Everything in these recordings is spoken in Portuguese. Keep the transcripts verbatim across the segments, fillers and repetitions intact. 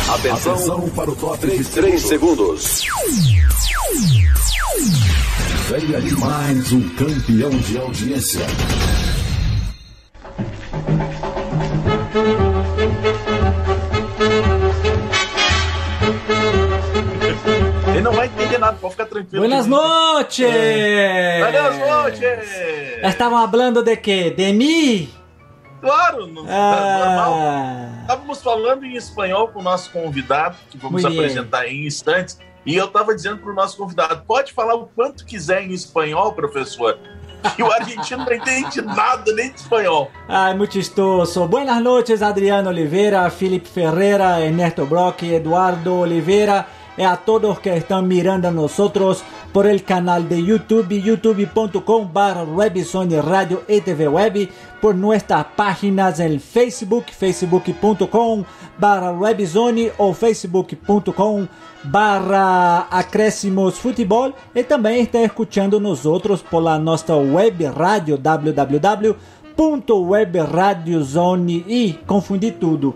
Atenção, Atenção para o top de três segundos. Venha de mais um campeão de audiência. Ele não vai entender nada, pode ficar tranquilo. Buenas noches. É. Buenas noches. Estavam falando de quê? De mim? Claro, não, ah. normal. Estávamos falando em espanhol com o nosso convidado, que vamos Muito apresentar bem. em instantes. E eu estava dizendo para o nosso convidado, pode falar o quanto quiser em espanhol, professor, que o argentino não entende nada nem de espanhol. Ai, muito chistoso. Buenas noches, Adriano Oliveira, Felipe Ferreira, Ernesto Brock, Eduardo Oliveira, e a todos que están mirando a nosotros por el canal de YouTube, youtube punto com barra Webzone Radio e T V Web, por nuestras páginas en Facebook, facebook punto com barra Webzone ou facebook punto com barra Acréscimos Futebol, e também está escuchando nosotros por la nuestra web radio w w w ponto web radio zone e confundi tudo.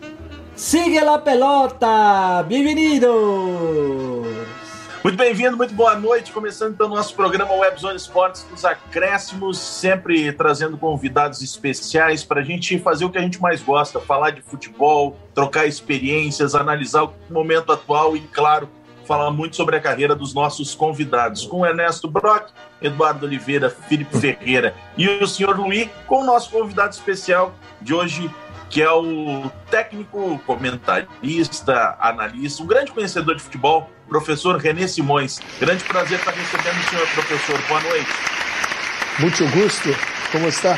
Sigue la pelota! Bem-vindos! Muito bem-vindo, muito boa noite. Começando então o nosso programa Webzone Esportes dos Acréscimos, sempre trazendo convidados especiais para a gente fazer o que a gente mais gosta, falar de futebol, trocar experiências, analisar o momento atual e, claro, falar muito sobre a carreira dos nossos convidados, com Ernesto Brock, Eduardo Oliveira, Felipe Ferreira e o senhor Luiz, com o nosso convidado especial de hoje, que é o técnico, comentarista, analista, um grande conhecedor de futebol, professor René Simões. Grande prazer estar recebendo o senhor, professor. Boa noite. Muito gusto. Como está?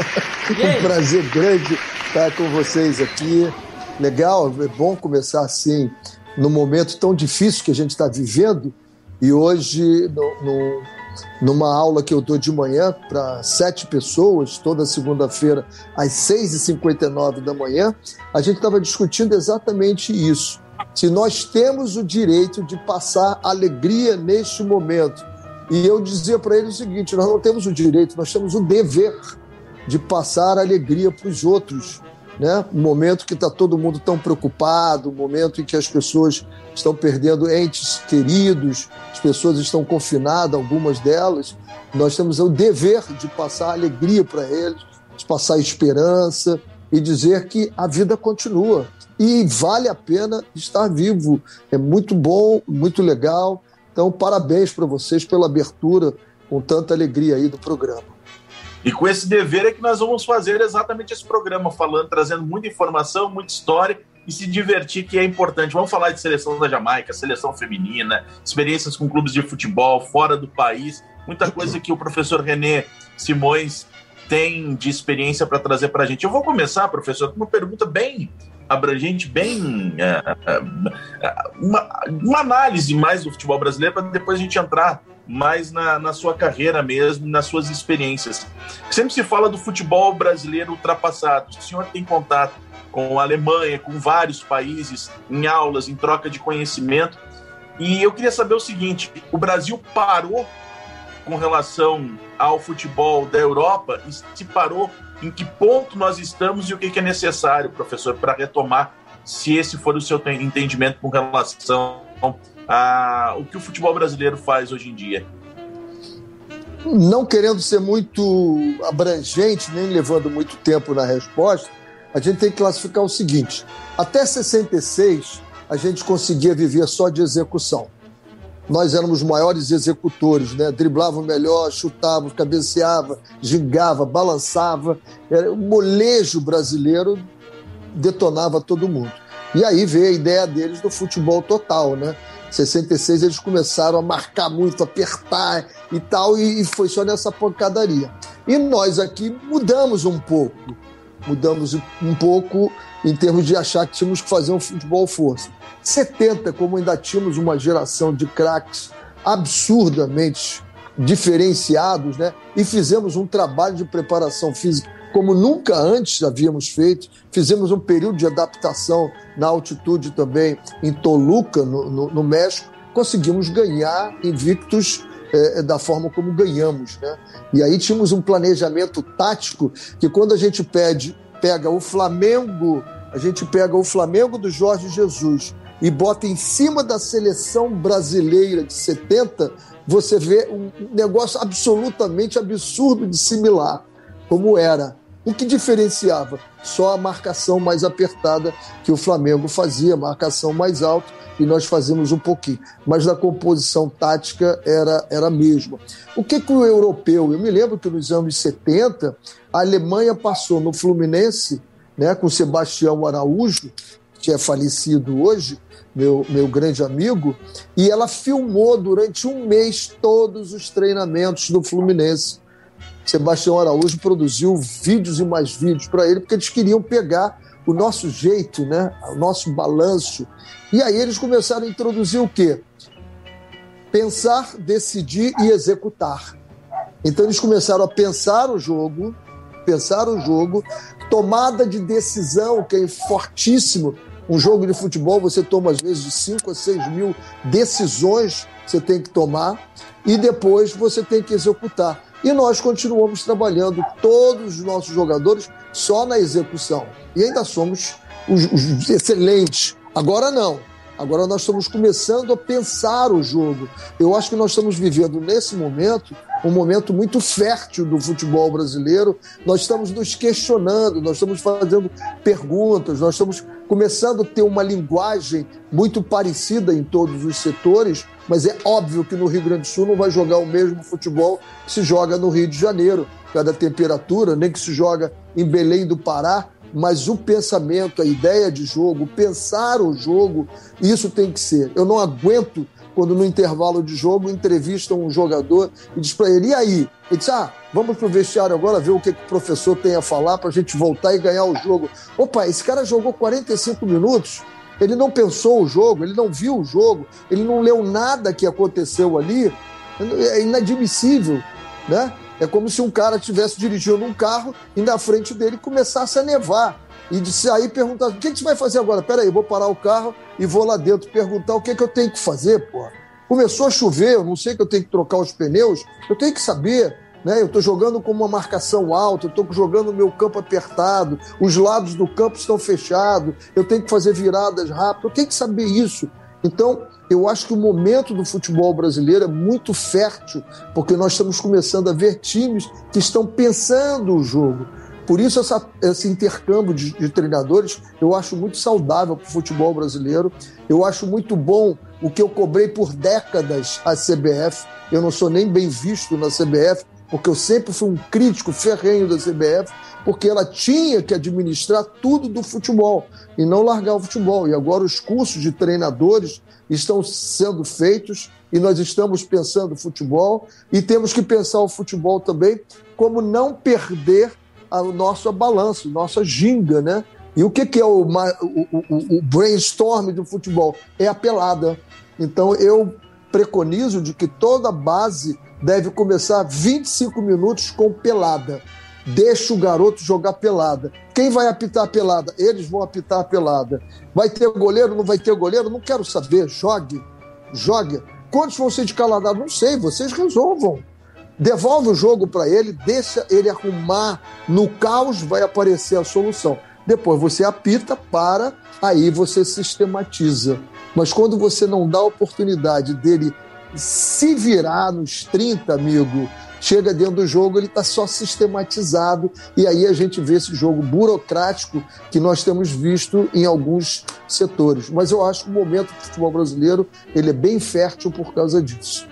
Um prazer grande estar com vocês aqui. Legal, é bom começar assim, num momento tão difícil que a gente está vivendo. E hoje, no, no, numa aula que eu dou de manhã para sete pessoas, toda segunda-feira, às seis e cinquenta e nove da manhã, a gente estava discutindo exatamente isso. Se nós temos o direito de passar alegria neste momento. E eu dizia para ele o seguinte, nós não temos o direito, nós temos o dever de passar alegria para os outros. Né? Um momento que está todo mundo tão preocupado, um momento em que as pessoas estão perdendo entes queridos, as pessoas estão confinadas, algumas delas. Nós temos o dever de passar alegria para eles, de passar esperança e dizer que a vida continua. E vale a pena estar vivo. É muito bom, muito legal. Então, parabéns para vocês pela abertura com tanta alegria aí do programa. E com esse dever é que nós vamos fazer exatamente esse programa, falando, trazendo muita informação, muita história e se divertir, que é importante. Vamos falar de seleção da Jamaica, seleção feminina, experiências com clubes de futebol fora do país, muita coisa que o professor René Simões tem de experiência para trazer para a gente. Eu vou começar, professor, com uma pergunta bem abrangente, bem uh, uh, uma, uma análise mais do futebol brasileiro, para depois a gente entrar mais na, na sua carreira mesmo, nas suas experiências. Sempre se fala do futebol brasileiro ultrapassado. O senhor tem contato com a Alemanha, com vários países, em aulas, em troca de conhecimento. E eu queria saber o seguinte, o Brasil parou com relação ao futebol da Europa? E se parou, em que ponto nós estamos e o que é necessário, professor, para retomar, se esse for o seu entendimento com relação a o que o futebol brasileiro faz hoje em dia? Não querendo ser muito abrangente, nem levando muito tempo na resposta, a gente tem que classificar o seguinte: até sessenta e seis a gente conseguia viver só de execução. Nós éramos os maiores executores, né? Driblava melhor, chutava, cabeceava, gingava, balançava. Era, o molejo brasileiro detonava todo mundo. E aí veio a ideia deles do futebol total, né? Em sessenta e seis eles começaram a marcar muito, apertar e tal, e foi só nessa pancadaria. E nós aqui mudamos um pouco, mudamos um pouco em termos de achar que tínhamos que fazer um futebol força. setenta, como ainda tínhamos uma geração de craques absurdamente diferenciados, né? E fizemos um trabalho de preparação física como nunca antes havíamos feito. Fizemos um período de adaptação na altitude também em Toluca, no, no, no México. Conseguimos ganhar invictos é, da forma como ganhamos, né? E aí tínhamos um planejamento tático que, quando a gente pede, pega o Flamengo a gente pega o Flamengo do Jorge Jesus e bota em cima da seleção brasileira de setenta, você vê um negócio absolutamente absurdo de similar, como era. O que diferenciava? Só a marcação mais apertada que o Flamengo fazia, marcação mais alta, e nós fazíamos um pouquinho. Mas na composição tática era, era a mesma. O que, que o europeu... Eu me lembro que nos anos setenta, a Alemanha passou no Fluminense, né, com Sebastião Araújo, que é falecido hoje, meu, meu grande amigo, e ela filmou durante um mês todos os treinamentos do Fluminense. Sebastião Araújo produziu vídeos e mais vídeos para ele, porque eles queriam pegar o nosso jeito, né? O nosso balanço. E aí eles começaram a introduzir o quê? Pensar, decidir e executar. Então eles começaram a pensar o jogo, pensar o jogo, tomada de decisão, que é fortíssimo. Um jogo de futebol, você toma às vezes de cinco a seis mil decisões que você tem que tomar, e depois você tem que executar. E nós continuamos trabalhando, todos os nossos jogadores, só na execução. E ainda somos os, os excelentes. Agora não. Agora nós estamos começando a pensar o jogo. Eu acho que nós estamos vivendo, nesse momento, um momento muito fértil do futebol brasileiro. Nós estamos nos questionando, nós estamos fazendo perguntas, nós estamos começando a ter uma linguagem muito parecida em todos os setores, mas é óbvio que no Rio Grande do Sul não vai jogar o mesmo futebol que se joga no Rio de Janeiro, cada temperatura, nem que se joga em Belém do Pará, mas o pensamento, a ideia de jogo, pensar o jogo, isso tem que ser. Eu não aguento quando no intervalo de jogo entrevistam um jogador e diz para ele, e aí? Ele diz, ah, vamos pro vestiário agora ver o que, que o professor tem a falar para a gente voltar e ganhar o jogo. Opa, esse cara jogou quarenta e cinco minutos, ele não pensou o jogo, ele não viu o jogo, ele não leu nada que aconteceu ali, é inadmissível, né? É como se um cara estivesse dirigindo um carro e na frente dele começasse a nevar. E de sair perguntar, o que, que você vai fazer agora? Peraí, eu vou parar o carro e vou lá dentro perguntar o que, que eu tenho que fazer, pô. Começou a chover, eu não sei que eu tenho que trocar os pneus, eu tenho que saber, né? Eu estou jogando com uma marcação alta, eu estou jogando no meu campo apertado, os lados do campo estão fechados, eu tenho que fazer viradas rápidas, eu tenho que saber isso. Então, eu acho que o momento do futebol brasileiro é muito fértil, porque nós estamos começando a ver times que estão pensando o jogo. Por isso, essa, esse intercâmbio de, de treinadores eu acho muito saudável para o futebol brasileiro. Eu acho muito bom o que eu cobrei por décadas à C B F. Eu não sou nem bem visto na C B F, porque eu sempre fui um crítico ferrenho da C B F, porque ela tinha que administrar tudo do futebol e não largar o futebol. E agora os cursos de treinadores estão sendo feitos e nós estamos pensando futebol e temos que pensar o futebol também como não perder o nosso balanço, nossa ginga, né? E o que, que é o, o, o, o brainstorm do futebol? É a pelada. Então eu preconizo de que toda base deve começar vinte e cinco minutos com pelada. Deixa o garoto jogar pelada. Quem vai apitar a pelada? Eles vão apitar a pelada. Vai ter goleiro? Não vai ter goleiro? Não quero saber. Jogue. Jogue. Quantos vão ser de caladado? Não sei. Vocês resolvam. Devolve o jogo para ele, deixa ele arrumar. No caos vai aparecer a solução. Depois você apita, para, aí você sistematiza. Mas quando você não dá a oportunidade dele se virar nos trinta, amigo, chega dentro do jogo, ele está só sistematizado, e aí a gente vê esse jogo burocrático que nós temos visto em alguns setores. Mas eu acho que o momento do futebol brasileiro ele é bem fértil por causa disso.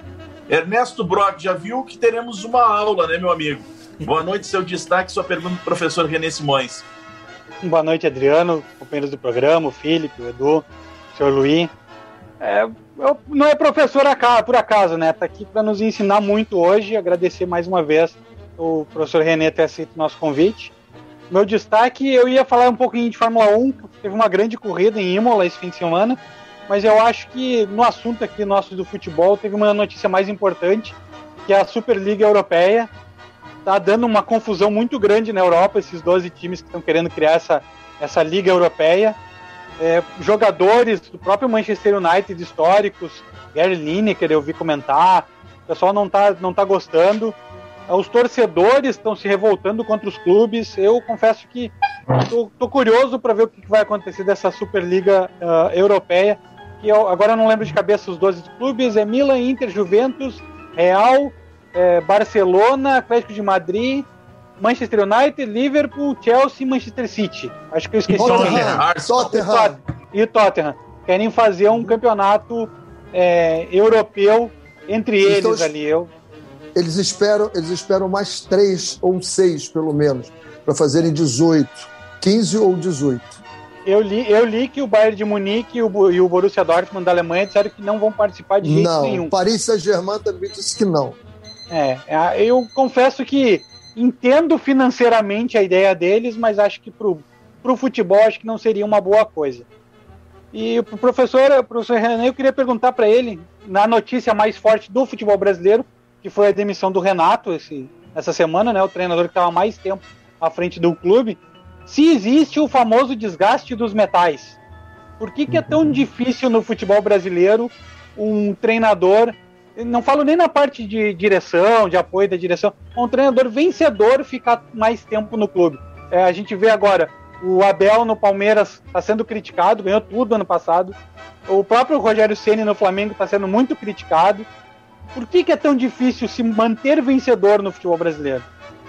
Ernesto Brock, já viu que teremos uma aula, né, meu amigo? Boa noite, seu destaque, sua pergunta para o professor René Simões. Boa noite, Adriano, companheiros do programa, o Felipe, o Edu, o senhor Luiz. É, eu, não é professor por acaso, né? Está aqui para nos ensinar muito hoje. Agradecer mais uma vez o professor René ter aceito o nosso convite. Meu destaque, eu ia falar um pouquinho de Fórmula um, teve uma grande corrida em Imola esse fim de semana, mas eu acho que no assunto aqui nosso do futebol teve uma notícia mais importante, que é a Superliga Europeia. Está dando uma confusão muito grande na Europa, esses doze times que estão querendo criar essa, essa Liga Europeia. É, jogadores do próprio Manchester United históricos, Gary Lineker, eu vi comentar, o pessoal não está não tá gostando. os torcedores estão se revoltando contra os clubes. Eu confesso que estou curioso para ver o que vai acontecer dessa Superliga uh, Europeia, que eu, agora eu não lembro de cabeça os doze clubes, é Milan, Inter, Juventus, Real, é, Barcelona, Atlético de Madrid, Manchester United, Liverpool, Chelsea e Manchester City. Acho que eu esqueci o nome. Tottenham. E Tottenham. Querem fazer um campeonato é, europeu entre eles então, ali. Eu... Eles esperam, eles esperam mais três ou seis, pelo menos, para fazerem dezoito, quinze ou dezoito. Eu li, eu li que o Bayern de Munique e o, e o Borussia Dortmund da Alemanha disseram que não vão participar de jeito não, nenhum. Não, Paris Saint-Germain também disse que não. É, eu confesso que entendo financeiramente a ideia deles, mas acho que pro, pro futebol acho que não seria uma boa coisa. E o professor, o professor Renan, eu queria perguntar para ele, na notícia mais forte do futebol brasileiro, que foi a demissão do Renato esse, essa semana, né, o treinador que estava mais tempo à frente do clube, se existe o famoso desgaste dos metais. Por que, que é tão difícil no futebol brasileiro um treinador, não falo nem na parte de direção, de apoio da direção, um treinador vencedor ficar mais tempo no clube? É, a gente vê agora, o Abel no Palmeiras está sendo criticado, ganhou tudo ano passado, o próprio Rogério Ceni no Flamengo está sendo muito criticado. Por que, que é tão difícil se manter vencedor no futebol brasileiro?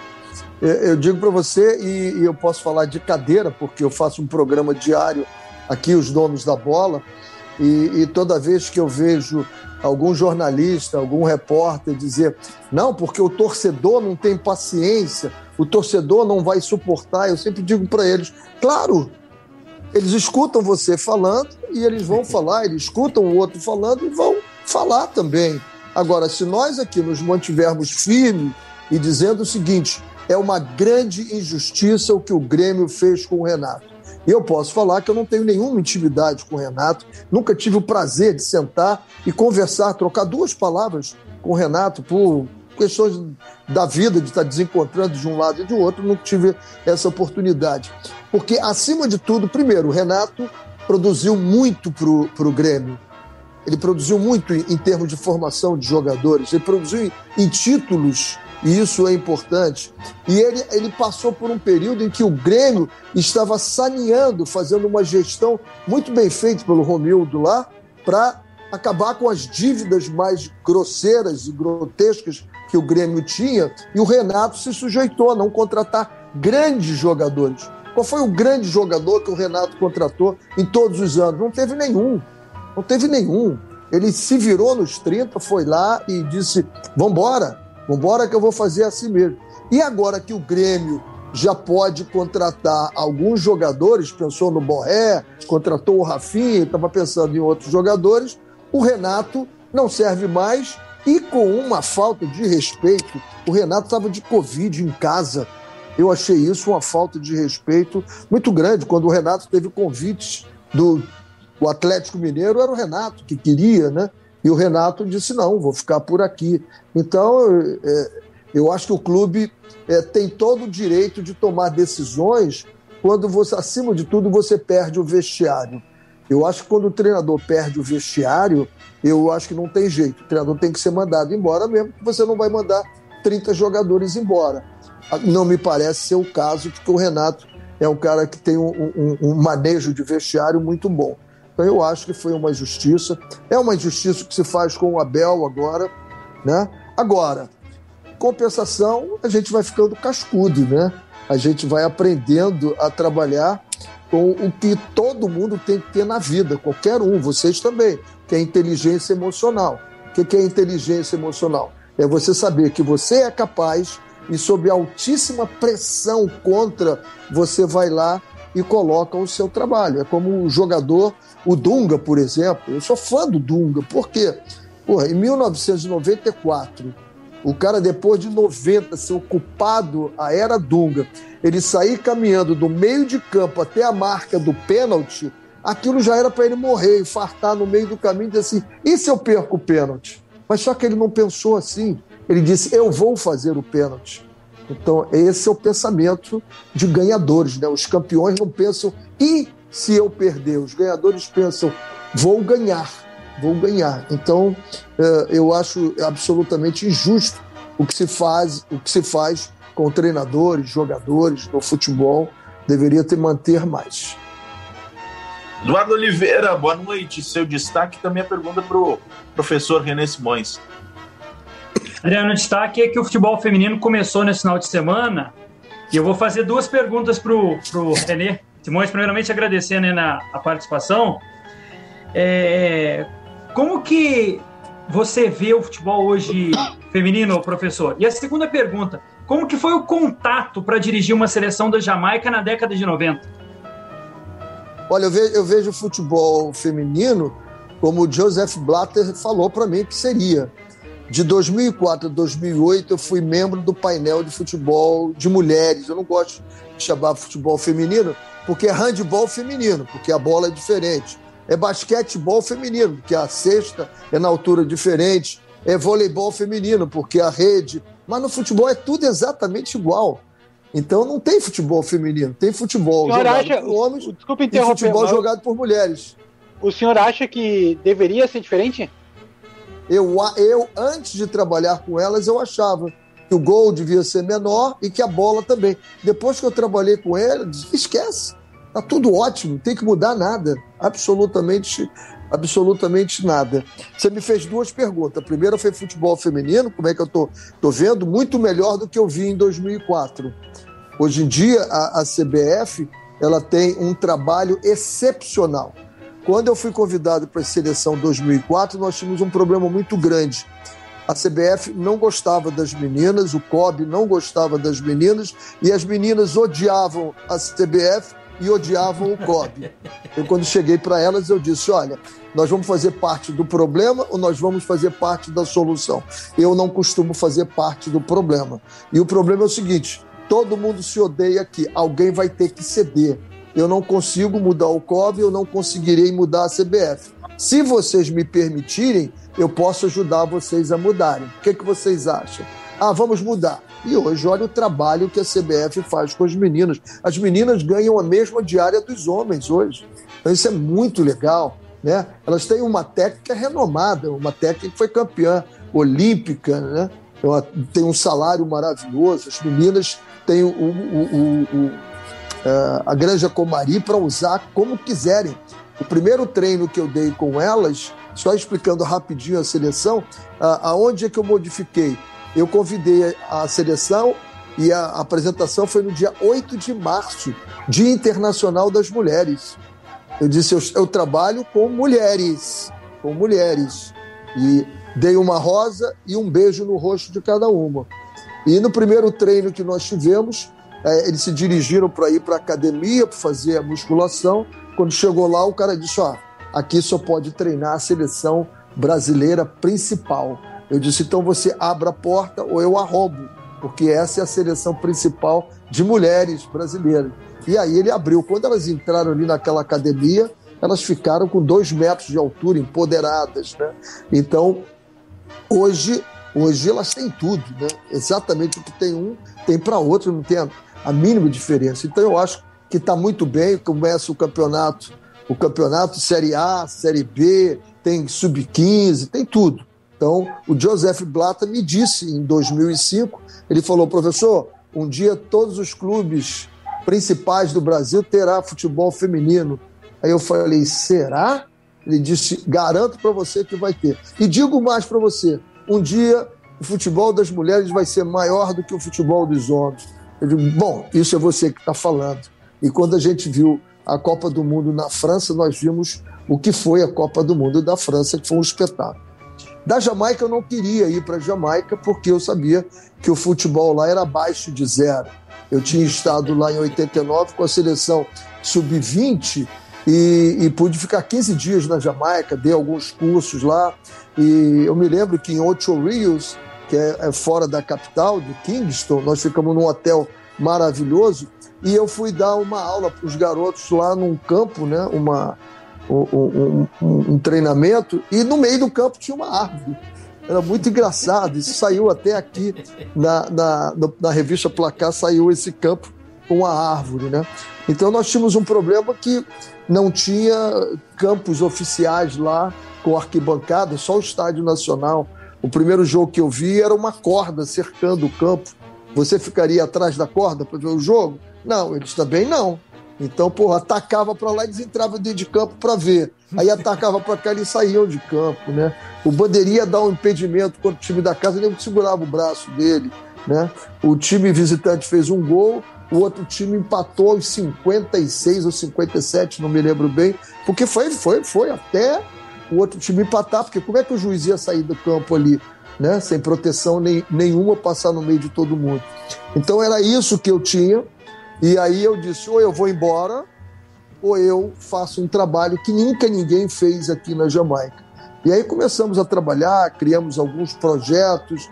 Eu digo para você, e eu posso falar de cadeira, porque eu faço um programa diário aqui, Os Donos da Bola, e, e toda vez que eu vejo algum jornalista, algum repórter dizer não, porque o torcedor não tem paciência, o torcedor não vai suportar, eu sempre digo para eles, claro, eles escutam você falando e eles vão falar, eles escutam o outro falando e vão falar também. Agora, se nós aqui nos mantivermos firmes e dizendo o seguinte, é uma grande injustiça o que o Grêmio fez com o Renato. E eu posso falar que eu não tenho nenhuma intimidade com o Renato, nunca tive o prazer de sentar e conversar, trocar duas palavras com o Renato por questões da vida, de estar desencontrando de um lado e do outro, nunca tive essa oportunidade. Porque, acima de tudo, primeiro, o Renato produziu muito para o Grêmio. Ele produziu muito em, em termos de formação de jogadores, ele produziu em, em títulos, e isso é importante. E ele, ele passou por um período em que o Grêmio estava saneando, fazendo uma gestão muito bem feita pelo Romildo lá, para acabar com as dívidas mais grosseiras e grotescas que o Grêmio tinha, e o Renato se sujeitou a não contratar grandes jogadores. Qual foi o grande jogador que o Renato contratou em todos os anos? Não teve nenhum. Não teve nenhum. Ele se virou nos trinta, foi lá e disse, vambora, vambora que eu vou fazer assim mesmo. E agora que o Grêmio já pode contratar alguns jogadores, pensou no Borré, contratou o Rafinha, estava pensando em outros jogadores, o Renato não serve mais e com uma falta de respeito, o Renato estava de Covid em casa. Eu achei isso uma falta de respeito muito grande, quando o Renato teve convites do o Atlético Mineiro, era o Renato que queria, né? E o Renato disse, não, vou ficar por aqui. Então, é, eu acho que o clube é, tem todo o direito de tomar decisões quando, você, acima de tudo, você perde o vestiário. Eu acho que quando o treinador perde o vestiário, eu acho que não tem jeito. O treinador tem que ser mandado embora mesmo, que você não vai mandar trinta jogadores embora. Não me parece ser o caso, porque o Renato é um cara que tem um, um, um manejo de vestiário muito bom. Então eu acho que foi uma injustiça. É uma injustiça que se faz com o Abel agora, né? Agora, compensação, a gente vai ficando cascudo, né? A gente vai aprendendo a trabalhar com o que todo mundo tem que ter na vida, qualquer um, vocês também, que é inteligência emocional. O que é inteligência emocional? É você saber que você é capaz e sob altíssima pressão contra, você vai lá e coloca o seu trabalho. É como o jogador, o Dunga, por exemplo. Eu sou fã do Dunga. Por quê? Porra, em mil novecentos e noventa e quatro, o cara, depois de noventa, ser ocupado a era Dunga, ele sair caminhando do meio de campo até a marca do pênalti, aquilo já era para ele morrer, infartar no meio do caminho e dizer assim, e se eu perco o pênalti? Mas só que ele não pensou assim. Ele disse, eu vou fazer o pênalti. Então, esse é o pensamento de ganhadores, né? Os campeões não pensam, e se eu perder? Os ganhadores pensam, vou ganhar, vou ganhar. Então, eu acho absolutamente injusto o que se faz, o que se faz com treinadores, jogadores no futebol, deveria ter manter mais. Eduardo Oliveira, boa noite. Seu destaque também é pergunta para o professor René Simões. Adriano, o destaque é que o futebol feminino começou nesse final de semana e eu vou fazer duas perguntas para o René Simões. Primeiramente, agradecer, né, na, a participação. É, como que você vê o futebol hoje feminino, professor? E a segunda pergunta, como que foi o contato para dirigir uma seleção da Jamaica na década de noventa? Olha, eu vejo, eu vejo o futebol feminino como o Joseph Blatter falou para mim que seria. De dois mil e quatro a dois mil e oito, eu fui membro do painel de futebol de mulheres. Eu não gosto de chamar futebol feminino, porque é handebol feminino, porque a bola é diferente. É basquetebol feminino, porque a cesta é na altura diferente. É voleibol feminino, porque a rede... Mas no futebol é tudo exatamente igual. Então não tem futebol feminino, tem futebol jogado acha, por homens desculpa e futebol mas... jogado por mulheres. O senhor acha que deveria ser diferente? Eu, eu, antes de trabalhar com elas, eu achava que o gol devia ser menor e que a bola também. Depois que eu trabalhei com elas, esquece. Tá tudo ótimo, não tem que mudar nada. Absolutamente, absolutamente nada. Você me fez duas perguntas. A primeira foi futebol feminino, como é que eu tô, tô vendo? Muito melhor do que eu vi em dois mil e quatro. Hoje em dia, a, a C B F ela tem um trabalho excepcional. Quando eu fui convidado para a seleção dois mil e quatro, nós tínhamos um problema muito grande. A C B F não gostava das meninas, o C O B não gostava das meninas, e as meninas odiavam a C B F e odiavam o C O B. Eu, quando cheguei para elas, eu disse, olha, nós vamos fazer parte do problema ou nós vamos fazer parte da solução? Eu não costumo fazer parte do problema. E o problema é o seguinte, todo mundo se odeia aqui, alguém vai ter que ceder. Eu não consigo mudar o C O B, eu não conseguirei mudar a C B F. Se vocês me permitirem, eu posso ajudar vocês a mudarem. O que, que vocês acham? Ah, vamos mudar. E hoje, olha o trabalho que a C B F faz com as meninas. As meninas ganham a mesma diária dos homens hoje. Então isso é muito legal, né? Elas têm uma técnica renomada, uma técnica que foi campeã olímpica, né? Tem um salário maravilhoso. As meninas têm o... o, o, o Uh, a Granja Comari para usar como quiserem. O primeiro treino que eu dei com elas, só explicando rapidinho a seleção, uh, aonde é que eu modifiquei? Eu convidei a seleção e a apresentação foi no dia oito de março, Dia Internacional das Mulheres. Eu disse, eu, eu trabalho com mulheres, com mulheres. E dei uma rosa e um beijo no rosto de cada uma. E no primeiro treino que nós tivemos, É, eles se dirigiram para ir para a academia para fazer a musculação. Quando chegou lá, o cara disse, ó, aqui só pode treinar a seleção brasileira principal. Eu disse, então você abre a porta ou eu arrombo, porque essa é a seleção principal de mulheres brasileiras. E aí ele abriu. Quando elas entraram ali naquela academia, elas ficaram com dois metros de altura, empoderadas, né? Então, hoje, hoje elas têm tudo, né? Exatamente o que tem um, tem para outro, não tem a, a mínima diferença. Então eu acho que está muito bem. Começa o campeonato, o campeonato Série A, Série B, tem sub quinze, tem tudo. Então o Joseph Blatter me disse em dois mil e cinco, ele falou, professor, um dia todos os clubes principais do Brasil terá futebol feminino. Aí eu falei, será? Ele disse, garanto para você que vai ter. E digo mais para você, um dia o futebol das mulheres vai ser maior do que o futebol dos homens. Eu digo, bom, isso é você que está falando. E quando a gente viu a Copa do Mundo na França, nós vimos o que foi a Copa do Mundo da França, que foi um espetáculo. Da Jamaica eu não queria ir para a Jamaica porque eu sabia que o futebol lá era abaixo de zero. Eu tinha estado lá em oitenta e nove com a seleção sub vinte e, e pude ficar quinze dias na Jamaica, dei alguns cursos lá. E eu me lembro que em Ocho Rios, que é, é fora da capital, de Kingston, nós ficamos num hotel maravilhoso e eu fui dar uma aula para os garotos lá num campo, né, uma, um, um, um, um treinamento, e no meio do campo tinha uma árvore. Era muito engraçado, isso saiu até aqui na, na, na revista Placar, saiu esse campo com a árvore, né? Então nós tínhamos um problema que não tinha campos oficiais lá com arquibancada, só o Estádio Nacional O primeiro jogo que eu vi era uma corda cercando o campo. Você ficaria atrás da corda para ver o jogo? Não, eles também não. Então, porra, atacava para lá e eles entravam dentro de campo para ver. Aí atacava para cá e eles saíam de campo, né? O bandeirinha dá um impedimento contra o time da casa, ele segurava o braço dele, né? O time visitante fez um gol, o outro time empatou aos cinquenta e seis ou cinquenta e sete, não me lembro bem, porque foi, foi, foi até o outro time empatar, porque como é que o juiz ia sair do campo ali, né? Sem proteção nem, nenhuma, passar no meio de todo mundo. Então era isso que eu tinha. E aí eu disse, ou eu vou embora, ou eu faço um trabalho que nunca ninguém fez aqui na Jamaica. E aí começamos a trabalhar, criamos alguns projetos,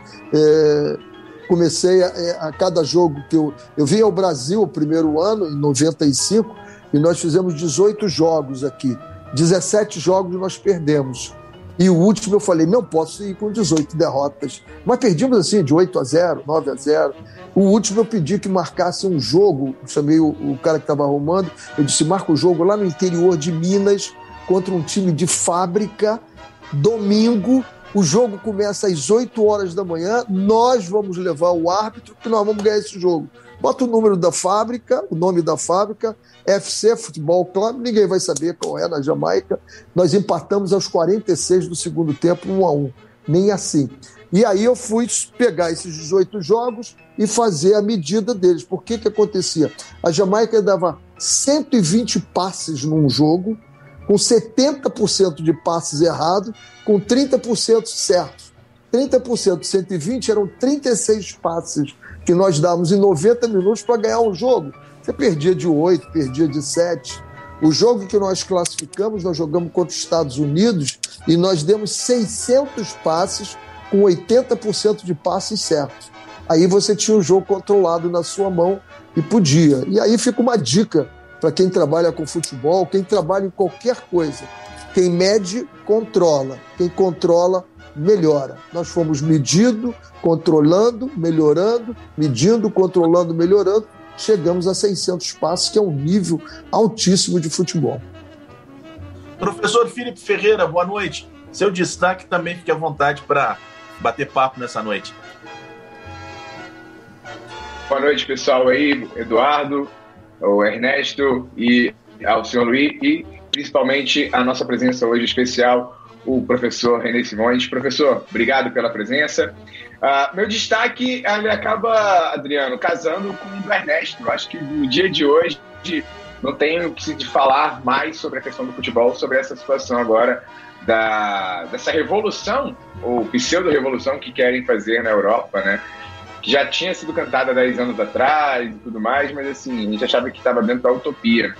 é, comecei a, a cada jogo que eu... Eu vim ao Brasil o primeiro ano, em noventa e cinco, e nós fizemos dezoito jogos aqui. dezessete jogos nós perdemos. E o último eu falei, não posso ir com dezoito derrotas. Mas perdimos assim, de oito a zero, nove a zero. O último eu pedi que marcasse um jogo, chamei o, o cara que estava arrumando, eu disse, marca o jogo lá no interior de Minas, contra um time de Fábrica, domingo, o jogo começa às oito horas da manhã, nós vamos levar o árbitro, que nós vamos ganhar esse jogo. Bota o número da fábrica, o nome da fábrica, F C Futebol Clube, ninguém vai saber qual é na Jamaica. Nós empatamos aos quarenta e seis do segundo tempo, um a um. Nem assim. E aí eu fui pegar esses dezoito jogos e fazer a medida deles. Por que que acontecia? A Jamaica dava cento e vinte passes num jogo, com setenta por cento de passes errados, com trinta por cento certos. trinta por cento de cento e vinte eram trinta e seis passes que nós dávamos em noventa minutos para ganhar um jogo. Você perdia de oito, perdia de sete. O jogo que nós classificamos, nós jogamos contra os Estados Unidos e nós demos seiscentos passes com oitenta por cento de passes certos. Aí você tinha o jogo controlado na sua mão e podia. E aí fica uma dica para quem trabalha com futebol, quem trabalha em qualquer coisa. Quem mede, controla. Quem controla, melhora. Nós fomos medindo, controlando, melhorando, medindo, controlando, melhorando. Chegamos a seiscentos passes, que é um nível altíssimo de futebol. Professor Filipe Ferreira, boa noite. Seu destaque também, fique à vontade para bater papo nessa noite. Boa noite, pessoal aí, Eduardo, o Ernesto e ao senhor Luiz, e principalmente a nossa presença hoje especial, o professor René Simões. Professor, obrigado pela presença. Uh, meu destaque, ele acaba, Adriano, casando com o do Ernesto. Eu acho que no dia de hoje não tenho que se falar mais sobre a questão do futebol, sobre essa situação agora da, dessa revolução, ou pseudo-revolução que querem fazer na Europa, né? Que já tinha sido cantada há dez anos atrás e tudo mais, mas assim, a gente achava que estava dentro da utopia.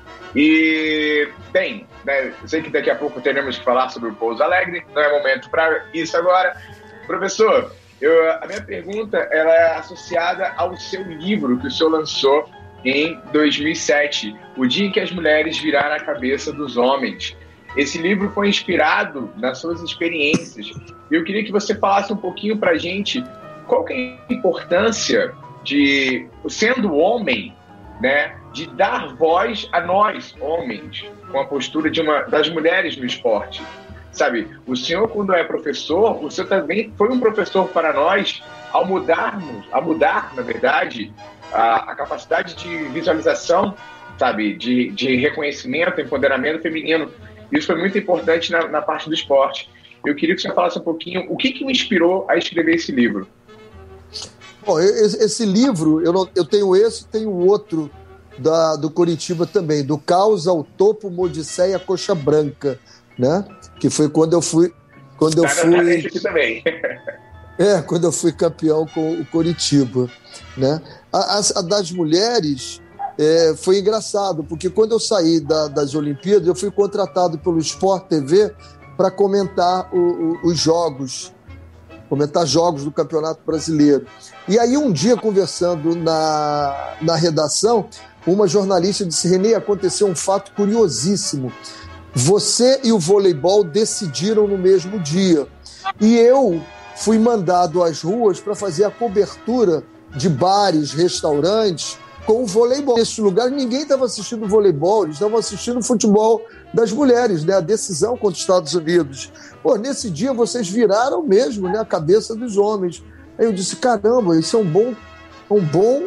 E, bem, né, eu sei que daqui a pouco teremos que falar sobre o Pouso Alegre, não é momento para isso agora. Professor, eu, a minha pergunta ela é associada ao seu livro que o senhor lançou em dois mil e sete, O Dia em que as Mulheres Viraram a Cabeça dos Homens. Esse livro foi inspirado nas suas experiências. E eu queria que você falasse um pouquinho para a gente qual que é a importância de, sendo homem, né, de dar voz a nós, homens, com a postura de uma, das mulheres no esporte. Sabe, o senhor, quando é professor, o senhor também foi um professor para nós ao mudarmos, a mudar, na verdade, a, a capacidade de visualização, sabe, de, de reconhecimento, empoderamento feminino. Isso foi muito importante na, na parte do esporte. Eu queria que o senhor falasse um pouquinho o que, que me inspirou a escrever esse livro. Bom, esse, esse livro, eu, não, eu tenho esse e tenho outro da, do Coritiba também, do Caos ao Topo, Modisseia, Coxa Branca, né? Que foi quando eu fui... Quando eu tá fui aqui também. É, quando eu fui campeão com o Coritiba, né? A, a, a das mulheres é, foi engraçado, porque quando eu saí da, das Olimpíadas, eu fui contratado pelo Sport T V para comentar o, o, os jogos, comentar jogos do Campeonato Brasileiro. E aí um dia, conversando na, na redação, uma jornalista disse: René, aconteceu um fato curiosíssimo. Você e o voleibol decidiram no mesmo dia. E eu fui mandado às ruas para fazer a cobertura de bares, restaurantes, com o voleibol. Nesse lugar, ninguém estava assistindo voleibol, eles estavam assistindo o futebol das mulheres, né? A decisão contra os Estados Unidos. Pô, nesse dia vocês viraram mesmo, né, a cabeça dos homens. Aí eu disse, caramba, isso é um bom, um bom,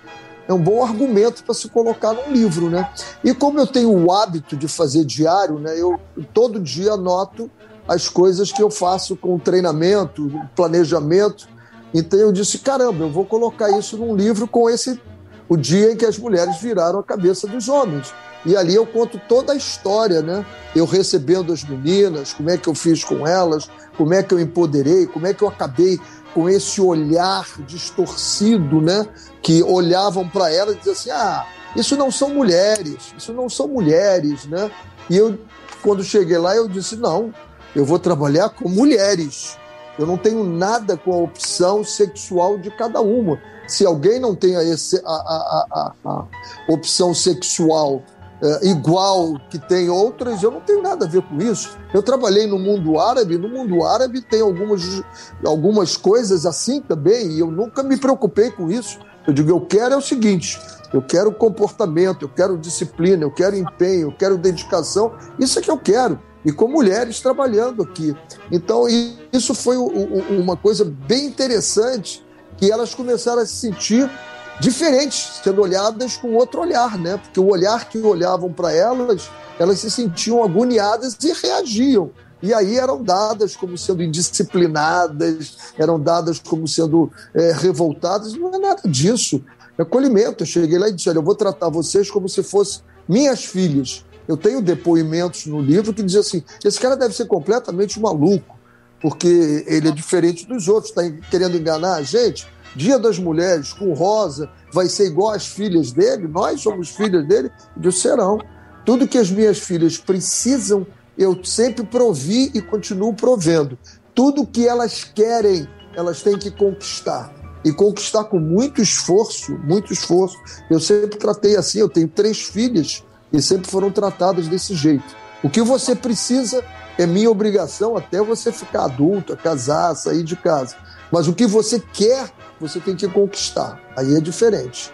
é um bom argumento para se colocar num livro, né? E como eu tenho o hábito de fazer diário, né, eu todo dia anoto as coisas que eu faço com treinamento, planejamento. Então eu disse, caramba, eu vou colocar isso num livro com esse, o dia em que as mulheres viraram a cabeça dos homens. E ali eu conto toda a história, né? Eu recebendo as meninas, como é que eu fiz com elas, como é que eu empoderei, como é que eu acabei com esse olhar distorcido, né? Que olhavam para elas e diziam assim, ah, isso não são mulheres, isso não são mulheres, né? E eu, quando cheguei lá, eu disse, não, eu vou trabalhar com mulheres. Eu não tenho nada com a opção sexual de cada uma. Se alguém não tem a, a, a, a, a opção sexual é, igual que tem outras, eu não tenho nada a ver com isso. Eu trabalhei no mundo árabe, no mundo árabe tem algumas, algumas coisas assim também, e eu nunca me preocupei com isso. Eu digo, eu quero é o seguinte, eu quero comportamento, eu quero disciplina, eu quero empenho, eu quero dedicação, isso é que eu quero. E com mulheres trabalhando aqui. Então, isso foi uma coisa bem interessante, que elas começaram a se sentir diferentes, sendo olhadas com outro olhar, né? Porque o olhar que olhavam para elas, elas se sentiam agoniadas e reagiam. E aí eram dadas como sendo indisciplinadas, eram dadas como sendo é, revoltadas. Não é nada disso. É acolhimento. Eu cheguei lá e disse, olha, eu vou tratar vocês como se fossem minhas filhas. Eu tenho depoimentos no livro que dizem assim, esse cara deve ser completamente maluco, porque ele é diferente dos outros, está querendo enganar a gente. Dia das Mulheres, com rosa, vai ser igual às filhas dele? Nós somos filhas dele? Eu disse, serão. Tudo que as minhas filhas precisam, eu sempre provi e continuo provendo. Tudo que elas querem, elas têm que conquistar. E conquistar com muito esforço, muito esforço. Eu sempre tratei assim, eu tenho três filhas, e sempre foram tratadas desse jeito. O que você precisa é minha obrigação até você ficar adulto, casar, sair de casa. Mas o que você quer, você tem que conquistar. Aí é diferente.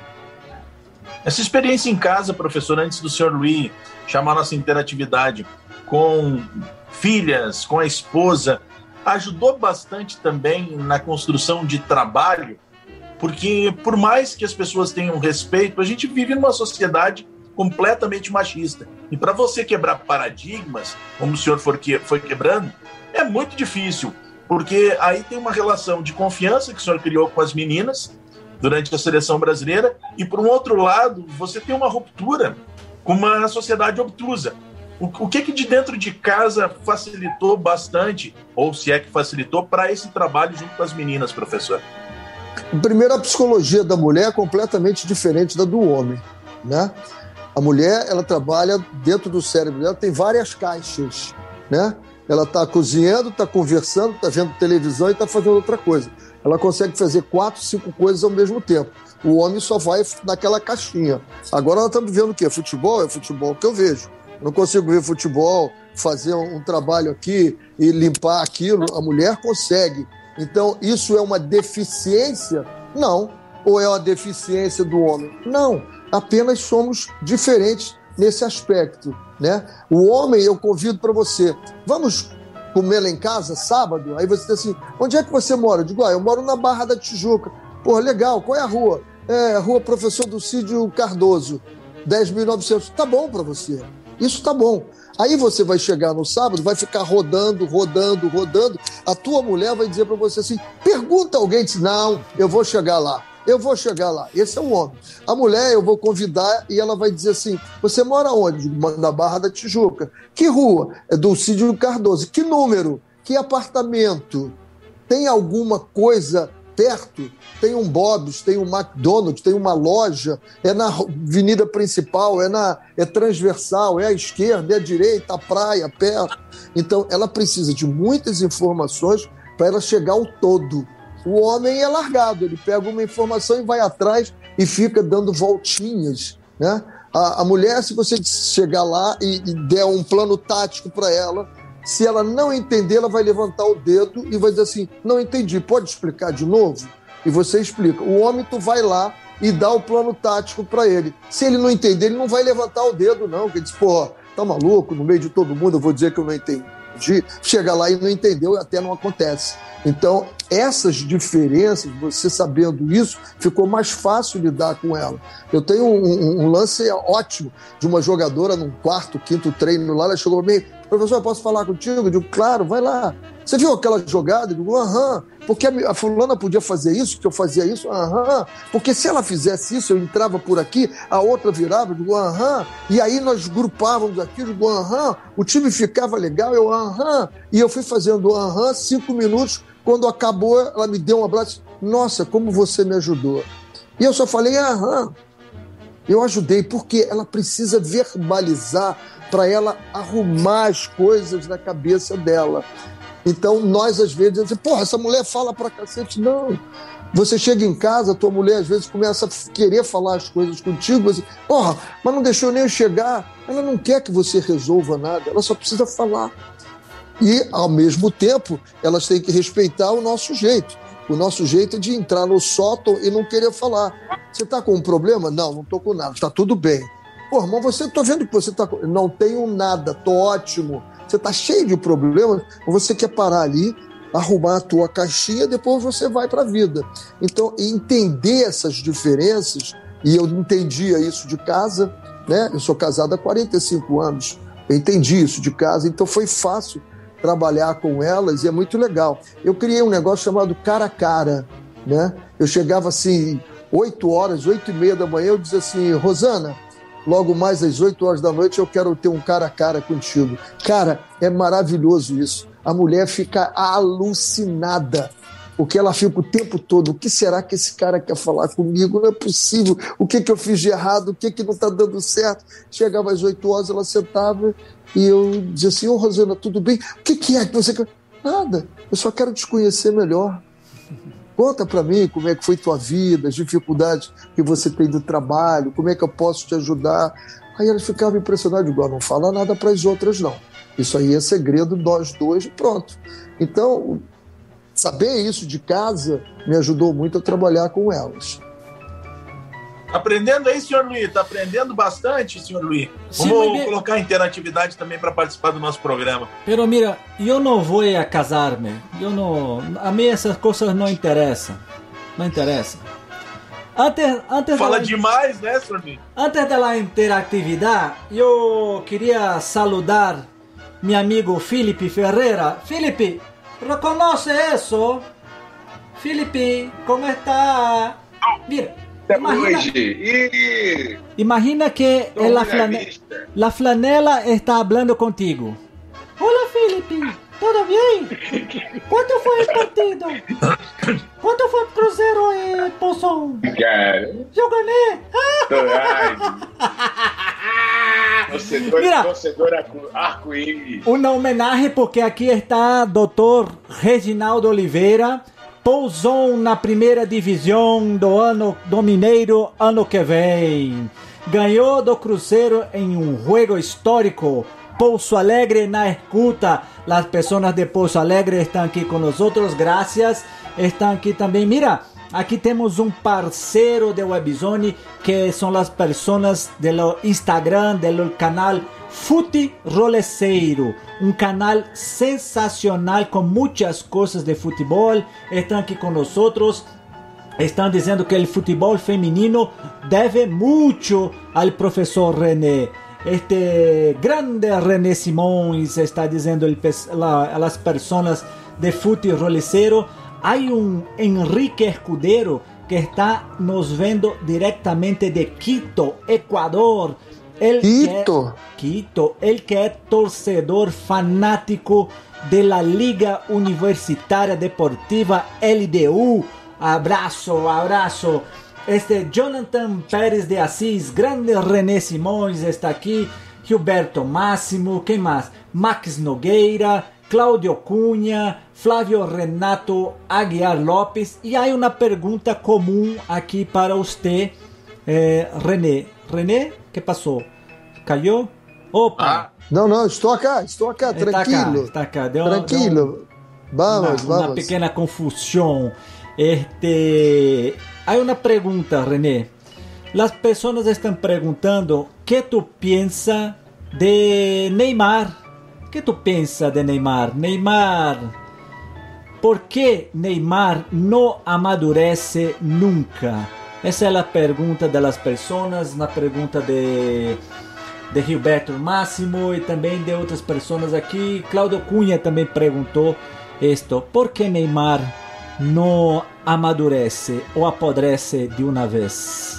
Essa experiência em casa, professor, antes do senhor Luiz chamar nossa interatividade com filhas, com a esposa, ajudou bastante também na construção de trabalho, porque por mais que as pessoas tenham respeito, a gente vive numa sociedade completamente machista. E para você quebrar paradigmas, como o senhor foi quebrando, é muito difícil, porque aí tem uma relação de confiança que o senhor criou com as meninas durante a seleção brasileira, e por um outro lado, você tem uma ruptura com uma sociedade obtusa. O, o que que de dentro de casa facilitou bastante, ou se é que facilitou, para esse trabalho junto com as meninas, professor? Primeiro, a psicologia da mulher é completamente diferente da do homem, né? A mulher, ela trabalha dentro do cérebro dela, tem várias caixas, né? Ela está cozinhando, está conversando, está vendo televisão e está fazendo outra coisa. Ela consegue fazer quatro, cinco coisas ao mesmo tempo. O homem só vai naquela caixinha. Agora nós estamos vendo o quê? Futebol? É futebol que eu vejo. Eu não consigo ver futebol, fazer um, um trabalho aqui e limpar aquilo. A mulher consegue. Então, isso é uma deficiência? Não. Ou é uma deficiência do homem? Não. Apenas somos diferentes nesse aspecto, né? O homem, eu convido para você, vamos comer lá em casa sábado? Aí você diz assim, onde é que você mora? Eu digo, ah, eu moro na Barra da Tijuca. Pô, legal, qual é a rua? É a rua Professor Dulcídio Cardoso, dez mil e novecentos. Tá bom para você, isso tá bom. Aí você vai chegar no sábado, vai ficar rodando, rodando, rodando, a tua mulher vai dizer para você assim, pergunta alguém, diz, não, eu vou chegar lá. Eu vou chegar lá. Esse é um homem. A mulher eu vou convidar e ela vai dizer assim, você mora onde? Na Barra da Tijuca. Que rua? É Dulcídio Cardoso. Que número? Que apartamento? Tem alguma coisa perto? Tem um Bob's, tem um McDonald's, tem uma loja? É na avenida principal? É, na, é transversal? É à esquerda? É à direita? A praia? Perto? Então, ela precisa de muitas informações para ela chegar ao todo. O homem é largado, ele pega uma informação e vai atrás e fica dando voltinhas, né? A, a mulher, se você chegar lá e, e der um plano tático para ela, se ela não entender, ela vai levantar o dedo e vai dizer assim, não entendi, pode explicar de novo? E você explica. O homem, tu vai lá e dar o plano tático para ele. Se ele não entender, ele não vai levantar o dedo, não, que ele diz, pô, tá maluco, no meio de todo mundo eu vou dizer que eu não entendi. Chega lá e não entendeu, até não acontece. Então, essas diferenças, você sabendo isso, ficou mais fácil lidar com ela. Eu tenho um, um, um lance ótimo de uma jogadora num quarto, quinto treino lá, ela chegou para mim, professor, posso falar contigo? Eu digo, claro, vai lá. Você viu aquela jogada? Eu digo, aham, porque a, a fulana podia fazer isso, que eu fazia isso, aham, porque se ela fizesse isso, eu entrava por aqui, a outra virava, eu digo, aham, e aí nós grupávamos aqui, eu digo, aham, o time ficava legal, eu, aham, e eu fui fazendo aham, cinco minutos, quando acabou, ela me deu um abraço, nossa, como você me ajudou. E eu só falei, aham, eu ajudei, porque ela precisa verbalizar para ela arrumar as coisas na cabeça dela. Então, nós, às vezes, dizemos, porra, essa mulher fala pra cacete. Não. Você chega em casa, tua mulher, às vezes, começa a querer falar as coisas contigo. Você, porra, mas não deixou nem eu chegar. Ela não quer que você resolva nada, ela só precisa falar. E, ao mesmo tempo, elas têm que respeitar o nosso jeito. O nosso jeito é de entrar no sótão e não querer falar. Você tá com um problema? Não, não tô com nada. Tá tudo bem. Pô, mas você, tô vendo que você tá com... Não tenho nada, tô ótimo. Você está cheio de problemas, ou você quer parar ali, arrumar a tua caixinha, depois você vai para a vida. Então, entender essas diferenças, e eu entendia isso de casa, né? Eu sou casado há quarenta e cinco anos, eu entendi isso de casa, então foi fácil trabalhar com elas e é muito legal. Eu criei um negócio chamado cara a cara, né? Eu chegava assim, oito horas, oito e meia da manhã, eu dizia assim, Rosana, logo mais às oito horas da noite eu quero ter um cara a cara contigo. Cara, é maravilhoso isso. A mulher fica alucinada, porque ela fica o tempo todo, o que será que esse cara quer falar comigo? Não é possível. O que, que eu fiz de errado? O que, que não está dando certo? Chegava às oito horas, ela sentava e eu dizia assim, ô Rosana, tudo bem? O que, que é que você quer? Nada, eu só quero te conhecer melhor. Conta para mim como é que foi tua vida, as dificuldades que você tem do trabalho, como é que eu posso te ajudar. Aí ela ficava impressionada, igual, não fala nada para as outras não. Isso aí é segredo de nós dois e pronto. Então, saber isso de casa me ajudou muito a trabalhar com elas. Aprendendo aí, senhor Luiz? Está aprendendo bastante, senhor Luiz? Sim, Vamos bem... colocar interatividade também para participar do nosso programa. Pero mira, eu não vou a casar-me. Eu não... A mim essas coisas não interessam. Não interessam. Antes, antes Fala da... demais, né, senhor Luiz? Antes da interatividade, eu queria saludar meu amigo Felipe Ferreira. Felipe, reconhece isso? Felipe, como está? Mira. Imagina, e... imagina que la, flane, la flanela está hablando contigo. Hola Felipe, ¿todo bien? ¿Cuánto fue el partido? ¿Cuánto fue el Cruzeiro e Poção? Cara, eu ganhei. torcedor, Mira, torcedor arco-íris. Uma homenagem porque aqui está doutor Reginaldo Oliveira. Pousou na primeira divisão do ano do Mineiro ano que vem. Ganhou do Cruzeiro em um jogo histórico. Pouso Alegre na escuta. As pessoas de Pouso Alegre estão aqui com nós. Graças. Estão aqui também. Mira, aqui temos um parceiro de Webzone que são as pessoas do Instagram, do canal Fute Roleceiro, um canal sensacional com muitas coisas de futebol. Estão aqui com nós. Estão dizendo que o futebol feminino deve muito ao professor René. Este grande René Simões está dizendo as pessoas de Fute Roleceiro. Há um Henrique Escudero que está nos vendo diretamente de Quito, Equador. El Quito. Que, Quito, el que é torcedor fanático da Liga Universitária Deportiva L D U. Abraço, abraço. Este Jonathan Pérez de Assis, grande René Simões está aqui. Gilberto Máximo, quem mais? Max Nogueira, Cláudio Cunha, Flávio Renato Aguiar Lopes. E há uma pergunta comum aqui para você, eh, René. René, que passou? Caiu? Opa! Ah. Não, não, estou cá, estou cá, tranquilo. Está cá, está cá. Deu, tranquilo. Deu vamos, uma, vamos. Uma pequena confusão. Este, hay una pregunta, René. Las personas están preguntando ¿qué tú piensas de Neymar? ¿Qué tú piensas de Neymar? Neymar, ¿por qué Neymar no amadurece nunca? Essa é a pergunta das pessoas, na pergunta de, de Gilberto Máximo e também de outras pessoas aqui. Cláudio Cunha também perguntou isto: por que Neymar não amadurece ou apodrece de uma vez?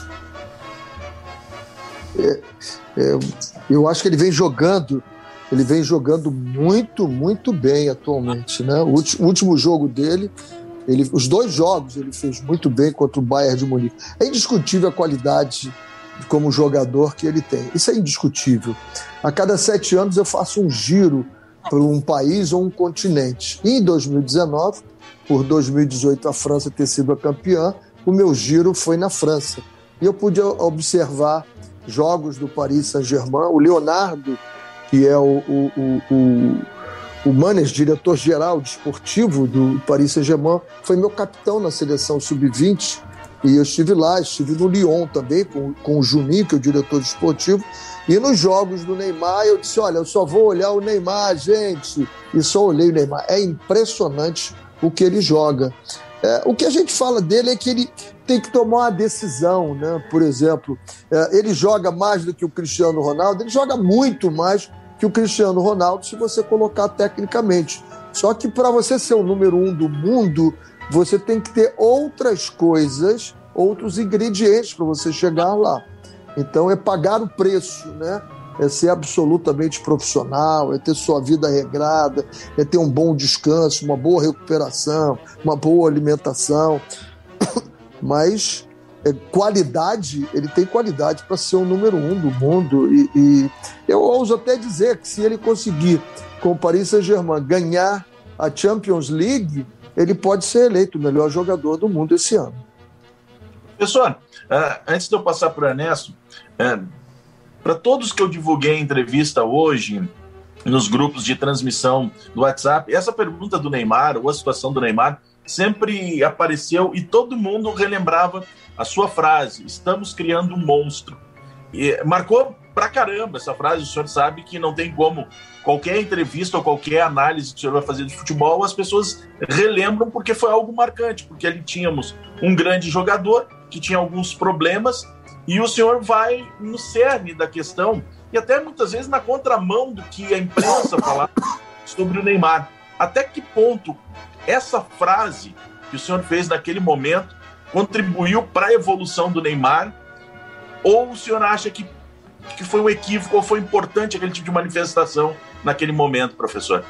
É, é, eu acho que ele vem jogando, ele vem jogando muito, muito bem atualmente, né? O último, o último jogo dele, ele, os dois jogos ele fez muito bem contra o Bayern de Munique. É indiscutível a qualidade como jogador que ele tem. Isso é indiscutível. A cada sete anos eu faço um giro para um país ou um continente. E em dois mil e dezenove, por dois mil e dezoito a França ter sido a campeã, o meu giro foi na França. E eu pude observar jogos do Paris Saint-Germain. O Leonardo, que é o, o, o, o, o manager, diretor-geral desportivo do Paris Saint-Germain, foi meu capitão na seleção sub vinte, e eu estive lá, estive no Lyon também, com, com o Juninho, que é o diretor desportivo, e nos jogos do Neymar eu disse, olha, eu só vou olhar o Neymar, gente, e só olhei o Neymar. É impressionante o que ele joga. É, o que a gente fala dele é que ele tem que tomar uma decisão, né? Por exemplo, é, ele joga mais do que o Cristiano Ronaldo, ele joga muito mais que o Cristiano Ronaldo se você colocar tecnicamente. Só que para você ser o número um do mundo, você tem que ter outras coisas, outros ingredientes para você chegar lá. Então é pagar o preço, né? É ser absolutamente profissional, é ter sua vida regrada, é ter um bom descanso, uma boa recuperação, uma boa alimentação. Mas é, qualidade, ele tem qualidade para ser o número um do mundo. E, e eu ouso até dizer que se ele conseguir, com o Paris Saint-Germain, ganhar a Champions League, ele pode ser eleito o melhor jogador do mundo esse ano. Professor, uh, antes de eu passar para o Ernesto, uh, para todos que eu divulguei em entrevista hoje, nos grupos de transmissão do WhatsApp, essa pergunta do Neymar, ou a situação do Neymar, sempre apareceu e todo mundo relembrava a sua frase: estamos criando um monstro. E marcou pra caramba essa frase. O senhor sabe que não tem como qualquer entrevista ou qualquer análise que o senhor vai fazer de futebol, as pessoas relembram porque foi algo marcante, porque ali tínhamos um grande jogador que tinha alguns problemas e o senhor vai no cerne da questão e até muitas vezes na contramão do que a imprensa falava sobre o Neymar. Até que ponto essa frase que o senhor fez naquele momento contribuiu para a evolução do Neymar? Ou o senhor acha que, que foi um equívoco ou foi importante aquele tipo de manifestação naquele momento, professor?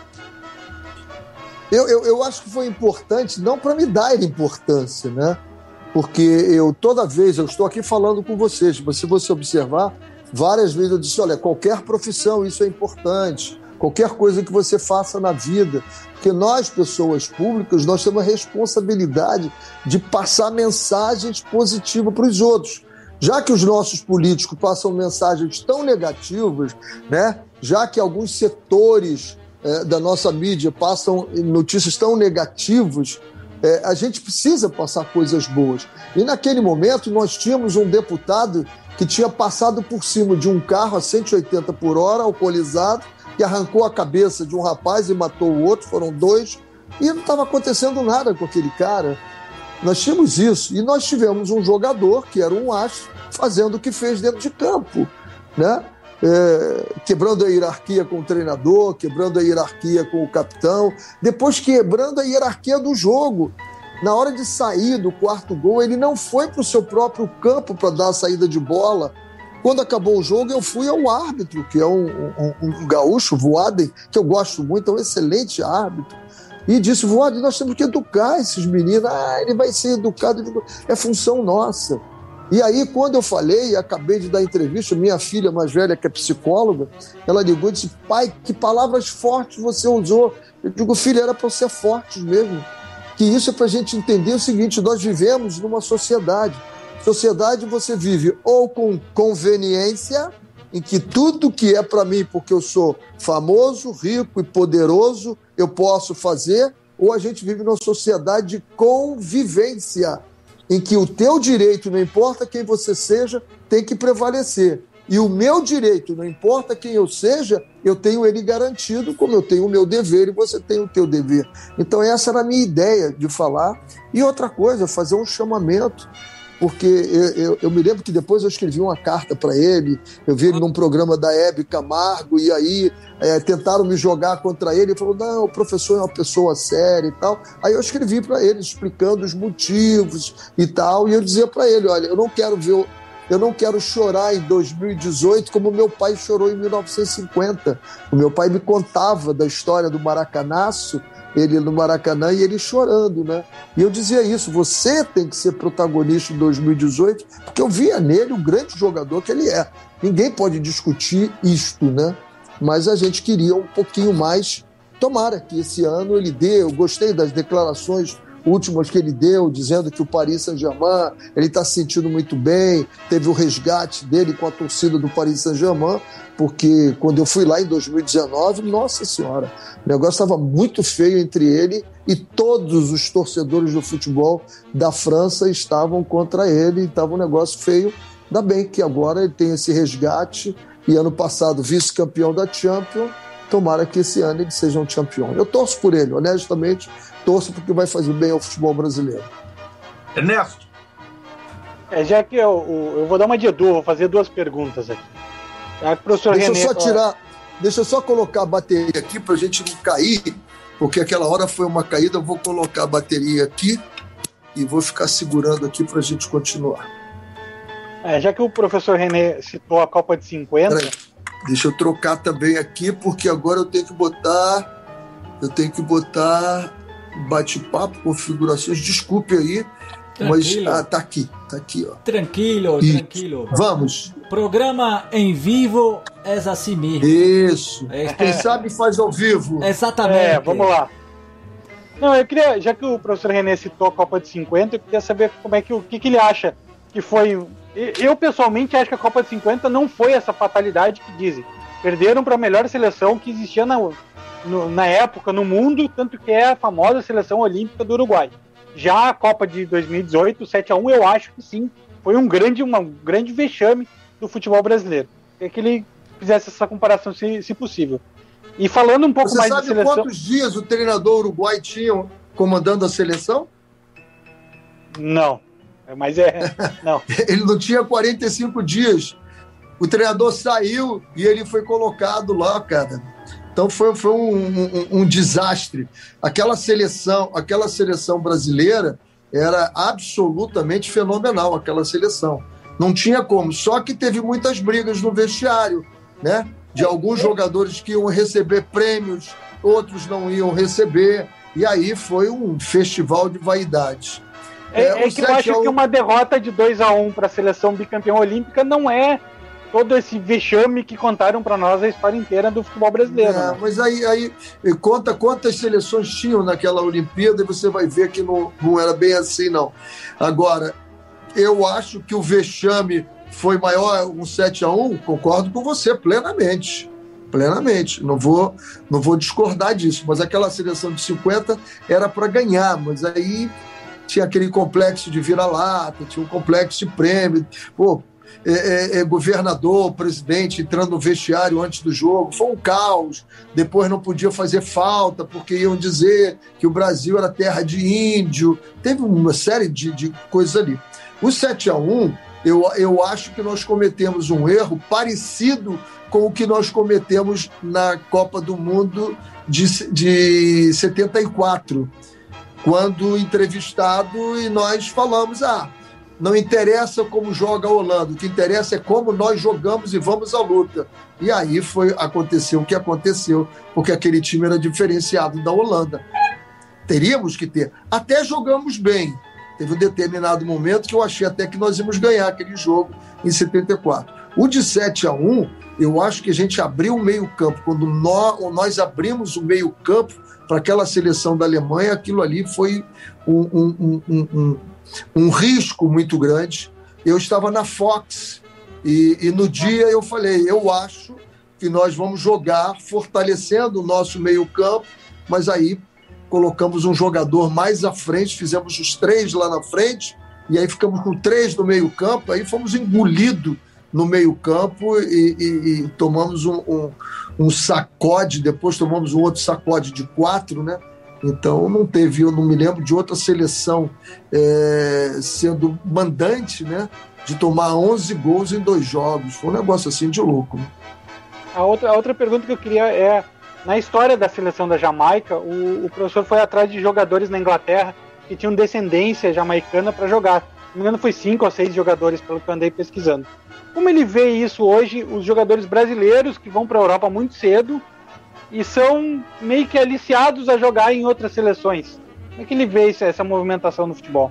Eu, eu, eu acho que foi importante, não para me dar importância, né? Porque eu, toda vez, eu estou aqui falando com vocês, mas se você observar, várias vezes eu disse, olha, qualquer profissão, isso é importante, qualquer coisa que você faça na vida, porque nós, pessoas públicas, nós temos a responsabilidade de passar mensagens positivas para os outros. Já que os nossos políticos passam mensagens tão negativas, né? Já que alguns setores é, da nossa mídia passam notícias tão negativas, é, a gente precisa passar coisas boas. E naquele momento nós tínhamos um deputado que tinha passado por cima de um carro a cento e oitenta por hora, alcoolizado, que arrancou a cabeça de um rapaz e matou o outro, foram dois, e não estava acontecendo nada com aquele cara. Nós tínhamos isso, e nós tivemos um jogador, que era um astro, fazendo o que fez dentro de campo, né? É, quebrando a hierarquia com o treinador, quebrando a hierarquia com o capitão, depois quebrando a hierarquia do jogo. Na hora de sair do quarto gol, ele não foi para o seu próprio campo para dar a saída de bola. Quando acabou o jogo, eu fui ao árbitro, que é um, um, um gaúcho, Voaden, que eu gosto muito, é um excelente árbitro, e disse, Voaden, nós temos que educar esses meninos. Ah, ele vai ser educado, é função nossa. E aí, quando eu falei, acabei de dar entrevista, minha filha mais velha, que é psicóloga, ela ligou e disse, pai, que palavras fortes você usou. Eu digo, filha, era para ser fortes mesmo. Que isso é para a gente entender o seguinte, nós vivemos numa sociedade. Sociedade você vive ou com conveniência, em que tudo que é para mim, porque eu sou famoso, rico e poderoso, eu posso fazer, ou a gente vive numa sociedade de convivência, em que o teu direito, não importa quem você seja, tem que prevalecer. E o meu direito, não importa quem eu seja, eu tenho ele garantido, como eu tenho o meu dever e você tem o teu dever. Então essa era a minha ideia de falar. E outra coisa, fazer um chamamento, porque eu, eu, eu me lembro que depois eu escrevi uma carta para ele, eu vi ele num programa da Hebe Camargo, e aí é, tentaram me jogar contra ele, ele falou, não, o professor é uma pessoa séria e tal. Aí eu escrevi para ele, explicando os motivos e tal, e eu dizia para ele, olha, eu não quero ver... O... Eu não quero chorar em dois mil e dezoito como meu pai chorou em mil novecentos e cinquenta. O meu pai me contava da história do Maracanaço, ele no Maracanã e ele chorando, né? E eu dizia isso, você tem que ser protagonista em dois mil e dezoito, porque eu via nele o grande jogador que ele é. Ninguém pode discutir isto, né? Mas a gente queria um pouquinho mais. Tomara que esse ano ele dê. Eu gostei das declarações últimas que ele deu, dizendo que o Paris Saint-Germain, ele está se sentindo muito bem, teve o resgate dele com a torcida do Paris Saint-Germain, porque quando eu fui lá em dois mil e dezenove, nossa senhora, o negócio estava muito feio entre ele e todos os torcedores do futebol da França estavam contra ele, estava um negócio feio. Ainda bem que agora ele tem esse resgate e ano passado vice-campeão da Champions, tomara que esse ano ele seja um campeão. Eu torço por ele, honestamente, torço porque vai fazer bem ao futebol brasileiro. Ernesto. É, já que eu, eu vou dar uma de Edu, vou fazer duas perguntas aqui. Já que o professor deixa René, eu só tirar, deixa eu só colocar a bateria aqui para a gente não cair, porque aquela hora foi uma caída, eu vou colocar a bateria aqui e vou ficar segurando aqui para a gente continuar. É, já que o professor René citou a Copa de cinquenta... Peraí, deixa eu trocar também aqui, porque agora eu tenho que botar eu tenho que botar bate-papo, configurações, desculpe aí, tranquilo. Mas ah, tá aqui, tá aqui, ó. Tranquilo, e, tranquilo. Vamos. Programa em vivo é assim mesmo. Isso. É. Quem sabe faz ao vivo. Exatamente. É, vamos lá. Não, eu queria, já que o professor René citou a Copa de cinquenta, eu queria saber como é que, o que, que ele acha que foi. Eu, pessoalmente, acho que a Copa de cinquenta não foi essa fatalidade que dizem. Perderam para a melhor seleção que existia na, no, na época, no mundo, tanto que é a famosa seleção olímpica do Uruguai. Já a Copa de dois mil e dezoito, sete a um, eu acho que sim, foi um grande, uma, um grande vexame do futebol brasileiro. É que ele fizesse essa comparação, se, se possível. E falando um pouco Você mais da seleção... seleção... quantos dias o treinador uruguai tinha comandando a seleção? Não, mas é... não. Ele não tinha quarenta e cinco dias. O treinador saiu e ele foi colocado lá, cara. Então foi, foi um, um, um desastre. Aquela seleção, aquela seleção brasileira era absolutamente fenomenal, aquela seleção. Não tinha como, só que teve muitas brigas no vestiário, né? De alguns jogadores que iam receber prêmios, outros não iam receber, e aí foi um festival de vaidades. É, é, é que eu acho a... que uma derrota de dois a um para a seleção bicampeã olímpica não é todo esse vexame que contaram para nós a história inteira do futebol brasileiro. É, né? Mas aí, aí conta quantas seleções tinham naquela Olimpíada e você vai ver que não, não era bem assim, não. Agora, eu acho que o vexame foi maior, um sete a um, concordo com você plenamente. Plenamente. Não vou, não vou discordar disso. Mas aquela seleção de cinquenta era para ganhar, mas aí tinha aquele complexo de vira-lata, tinha um complexo de prêmio. Pô, É, é, é, governador, presidente entrando no vestiário antes do jogo, foi um caos. Depois não podia fazer falta porque iam dizer que o Brasil era terra de índio. Teve uma série de, de coisas ali. O sete a um, eu, eu acho que nós cometemos um erro parecido com o que nós cometemos na Copa do Mundo de, de setenta e quatro, quando entrevistado e nós falamos, ah, não interessa como joga a Holanda, o que interessa é como nós jogamos e vamos à luta. E aí foi, aconteceu o que aconteceu, porque aquele time era diferenciado da Holanda. Teríamos que ter. Até jogamos bem. Teve um determinado momento que eu achei até que nós íamos ganhar aquele jogo em setenta e quatro. O de sete a um, eu acho que a gente abriu o meio-campo. Quando nós, nós abrimos o meio-campo para aquela seleção da Alemanha, aquilo ali foi um... um, um, um, um um risco muito grande. Eu estava na Fox e, e no dia eu falei, eu acho que nós vamos jogar fortalecendo o nosso meio campo, mas aí colocamos um jogador mais à frente, fizemos os três lá na frente, e aí ficamos com três no meio campo, aí fomos engolidos no meio campo e, e, e tomamos um, um, um sacode, depois tomamos um outro sacode de quatro, né? Então não teve, eu não me lembro de outra seleção é, sendo mandante, né? De tomar onze gols em dois jogos. Foi um negócio assim de louco. Né? A, outra, a outra pergunta que eu queria é, na história da seleção da Jamaica, o, o professor foi atrás de jogadores na Inglaterra que tinham descendência jamaicana para jogar. Se não me engano, foi cinco ou seis jogadores, pelo que eu andei pesquisando. Como ele vê isso hoje, os jogadores brasileiros que vão para a Europa muito cedo e são meio que aliciados a jogar em outras seleções? Como é que ele vê isso, essa movimentação no futebol?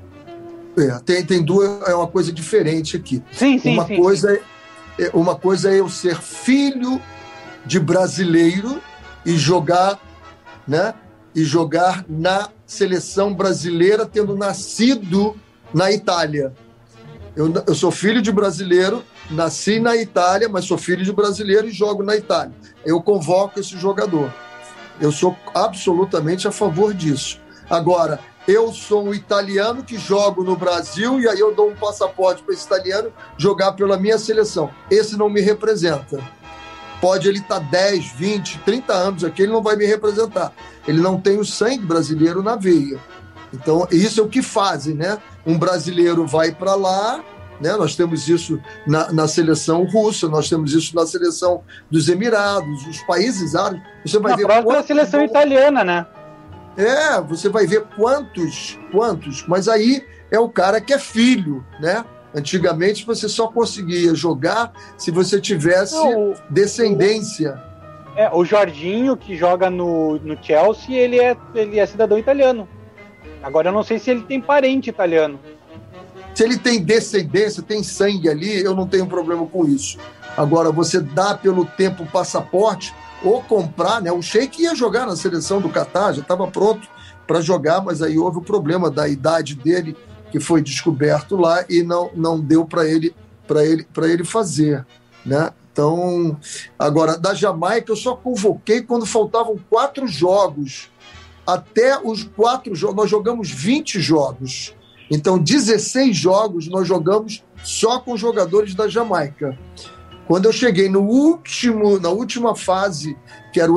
É, tem, tem duas, é uma coisa diferente aqui. Sim, sim, uma sim, coisa sim. É, uma coisa é eu ser filho de brasileiro e jogar, né? E jogar na seleção brasileira tendo nascido na Itália. Eu, eu sou filho de brasileiro, nasci na Itália, mas sou filho de brasileiro e jogo na Itália. Eu convoco esse jogador. Eu sou absolutamente a favor disso. Agora, eu sou um italiano que jogo no Brasil e aí eu dou um passaporte para esse italiano jogar pela minha seleção. Esse não me representa. Pode ele estar dez, vinte, trinta anos aqui, ele não vai me representar. Ele não tem o sangue brasileiro na veia. Então, isso é o que fazem, né? Um brasileiro vai para lá, né? Nós temos isso na, na seleção russa, nós temos isso na seleção dos Emirados, os países árabes. Você vai na ver própria quantos... seleção italiana, né? É, você vai ver quantos, quantos, mas aí é o cara que é filho, né? Antigamente você só conseguia jogar se você tivesse Não, o, descendência. O, é, o Jorginho, que joga no, no Chelsea, ele é, ele é cidadão italiano. Agora eu não sei se ele tem parente italiano. Se ele tem descendência, tem sangue ali, eu não tenho problema com isso. Agora, você dá pelo tempo passaporte ou comprar, né? O Sheik ia jogar na seleção do Catar, já estava pronto para jogar, mas aí houve o problema da idade dele, que foi descoberto lá e não, não deu para ele, para ele, para ele fazer, né? Então, agora, da Jamaica eu só convoquei quando faltavam quatro jogos. Até os quatro jogos, nós jogamos vinte jogos. Então, dezesseis jogos nós jogamos só com jogadores da Jamaica. Quando eu cheguei no último, na última fase, que era o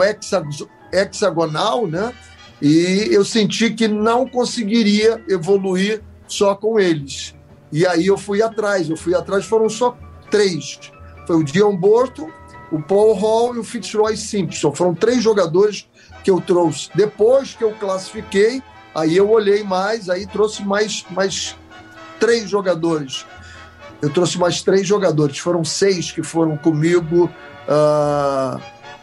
hexagonal, né? E eu senti que não conseguiria evoluir só com eles. E aí eu fui atrás, eu fui atrás, foram só três. Foi o Dion Borton, o Paul Hall e o Fitzroy Simpson. Foram três jogadores que eu trouxe. Depois que eu classifiquei, aí eu olhei mais, aí trouxe mais, mais três jogadores. Eu trouxe mais três jogadores. Foram seis que foram comigo uh,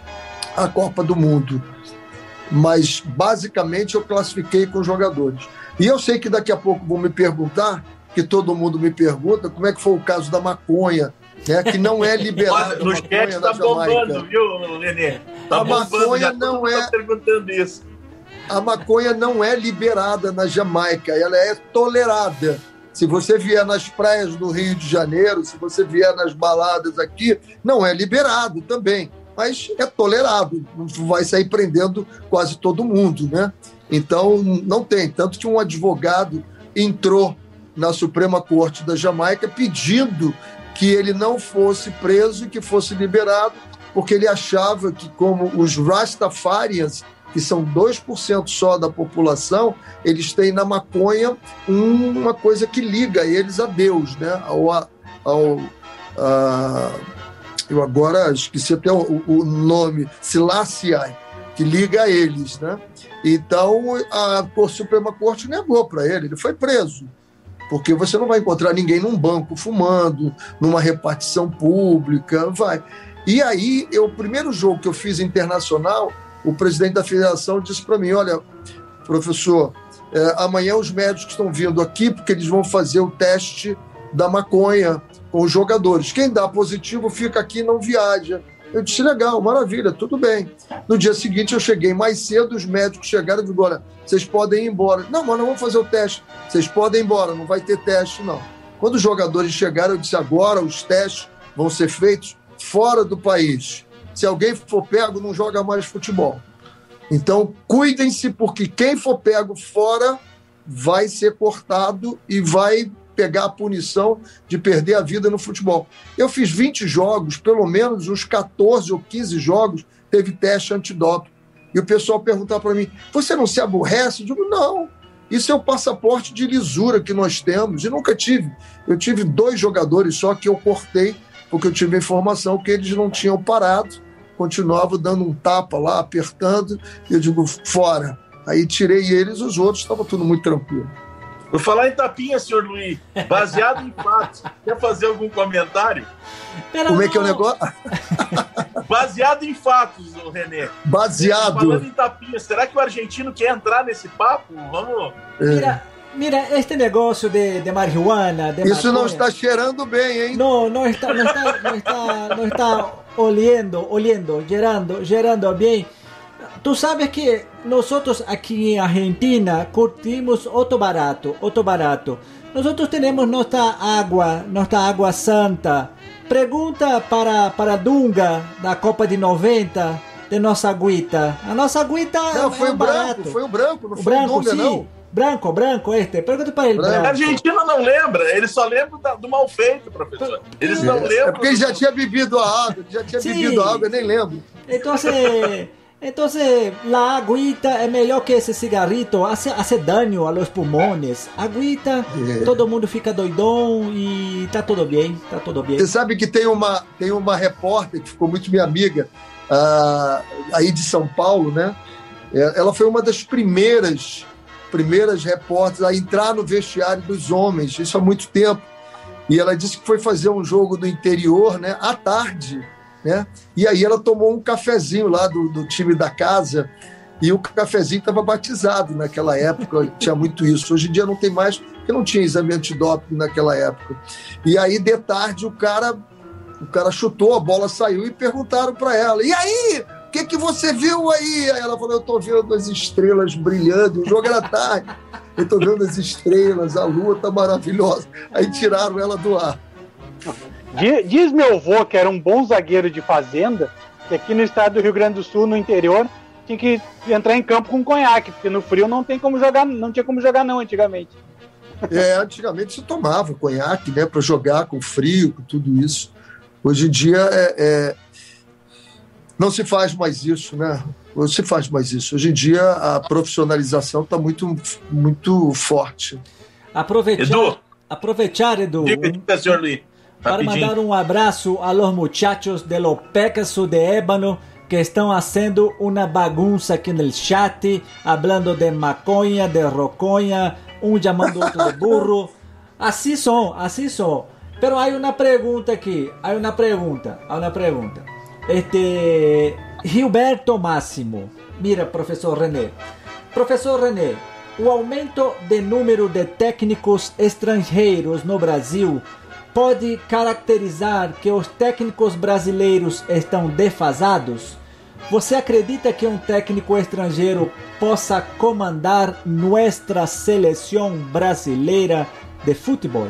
à Copa do Mundo. Mas, basicamente, eu classifiquei com jogadores. E eu sei que daqui a pouco vão me perguntar, que todo mundo me pergunta, como é que foi o caso da maconha, né, que não é liberada. No chat tá bombando, viu, Nenê? Tá a bombando, maconha não é... Tá perguntando isso. A maconha não é liberada na Jamaica, ela é tolerada. Se você vier nas praias do Rio de Janeiro, se você vier nas baladas aqui, não é liberado também, mas é tolerado, não vai sair prendendo quase todo mundo, né? Então, não tem. Tanto que um advogado entrou na Suprema Corte da Jamaica pedindo que ele não fosse preso e que fosse liberado, porque ele achava que, como os Rastafarians, que são dois por cento só da população, eles têm na maconha uma coisa que liga eles a Deus, né? Ao, ao, a, eu agora esqueci até o, o nome, Selassie, que liga a eles, né? Então, a Suprema Corte negou para ele, ele foi preso, porque você não vai encontrar ninguém num banco fumando, numa repartição pública, vai. E aí, eu, o primeiro jogo que eu fiz internacional, o presidente da federação disse para mim, olha, professor, é, amanhã os médicos estão vindo aqui porque eles vão fazer o teste da maconha com os jogadores. Quem dá positivo fica aqui e não viaja. Eu disse, legal, maravilha, tudo bem. No dia seguinte eu cheguei mais cedo, os médicos chegaram e disseram, olha, vocês podem ir embora. Não, mas não vamos fazer o teste. Vocês podem ir embora, não vai ter teste, não. Quando os jogadores chegaram, eu disse, agora os testes vão ser feitos fora do país. Se alguém for pego, não joga mais futebol. Então, cuidem-se, porque quem for pego fora vai ser cortado e vai pegar a punição de perder a vida no futebol. Eu fiz vinte jogos, pelo menos uns catorze ou quinze jogos, teve teste antidoping. E o pessoal perguntava para mim, você não se aborrece? Eu digo, não. Isso é o passaporte de lisura que nós temos. E nunca tive. Eu tive dois jogadores só que eu cortei, porque eu tive a informação que eles não tinham parado, continuavam dando um tapa lá, apertando, e eu digo, fora. Aí tirei eles, os outros, estava tudo muito tranquilo. Por falar em tapinha, senhor Luiz, baseado em fatos, quer fazer algum comentário? Pera Como não. é que é o negócio? Baseado em fatos, René. Baseado. Falando em tapinha, será que o argentino quer entrar nesse papo? Vamos. É. Mira, mira, este negócio de, de marihuana. De Isso maconha, não está cheirando bem, hein? Não, não está, não está, não está, não está oliendo, oliendo, gerando, gerando bem. Tu sabes que nosotros aquí en Argentina curtimos otro barato, otro barato. Nosotros tenemos nuestra agua, nuestra agua santa. Pergunta para, para Dunga, da Copa de noventa, de nossa agüita. A nossa agüita não, é foi um o barato. branco, foi o branco, não o foi branco, o Dunga, sim. não. Branco, branco este. Pergunta para ele, branco. A Argentina não lembra, ele só lembra da, do mal feito, professor. Eles é, não lembram. É porque ele já tinha bebido a água, já tinha sim. bebido a água, eu nem lembro. Então, Entonces, la agüita es mejor que ese cigarrito, hace, hace daño a los pulmones. Agüita, é. todo mundo fica doidão e tá tudo bem, tá tudo bem. Você sabe que tem uma, tem uma repórter que ficou muito minha amiga, uh, aí de São Paulo, né? Ela foi uma das primeiras, primeiras repórteres a entrar no vestiário dos homens, isso há muito tempo. E ela disse que foi fazer um jogo do interior, né, à tarde, né? E aí ela tomou um cafezinho lá do, do time da casa e o cafezinho estava batizado naquela época, tinha muito isso. Hoje em dia não tem mais, porque não tinha exame antidoping naquela época. E aí, de tarde, o cara, o cara chutou, a bola saiu e perguntaram para ela, e aí, o que, que você viu aí? Aí ela falou, eu estou vendo as estrelas brilhando, o jogo era tarde, eu estou vendo as estrelas, a lua está maravilhosa. Aí tiraram ela do ar. Diz meu avô, que era um bom zagueiro de fazenda, que aqui no estado do Rio Grande do Sul, no interior, tinha que entrar em campo com conhaque, porque no frio não tem como jogar, não tinha como jogar não, antigamente. É, antigamente se tomava conhaque, né, para jogar com frio, com tudo isso. Hoje em dia é, é... não se faz mais isso, né? Não se faz mais isso. Hoje em dia a profissionalização está muito, muito forte. Aproveitar, Edu. aproveitar, Edu. Diga, diga, senhor Luiz. Para Rapidinho. mandar um abraço a los muchachos de los Pegasus de Ébano que estão fazendo uma bagunça aqui no chat, hablando de maconha, de roconha, um chamando outro de burro. Assim são, assim são. Pero há uma pergunta aqui, há uma pergunta, há uma pergunta. Este Gilberto Máximo, mira, professor René. Professor René, o aumento de número de técnicos estrangeiros no Brasil pode caracterizar que os técnicos brasileiros estão defasados? Você acredita que um técnico estrangeiro possa comandar nossa seleção brasileira de futebol?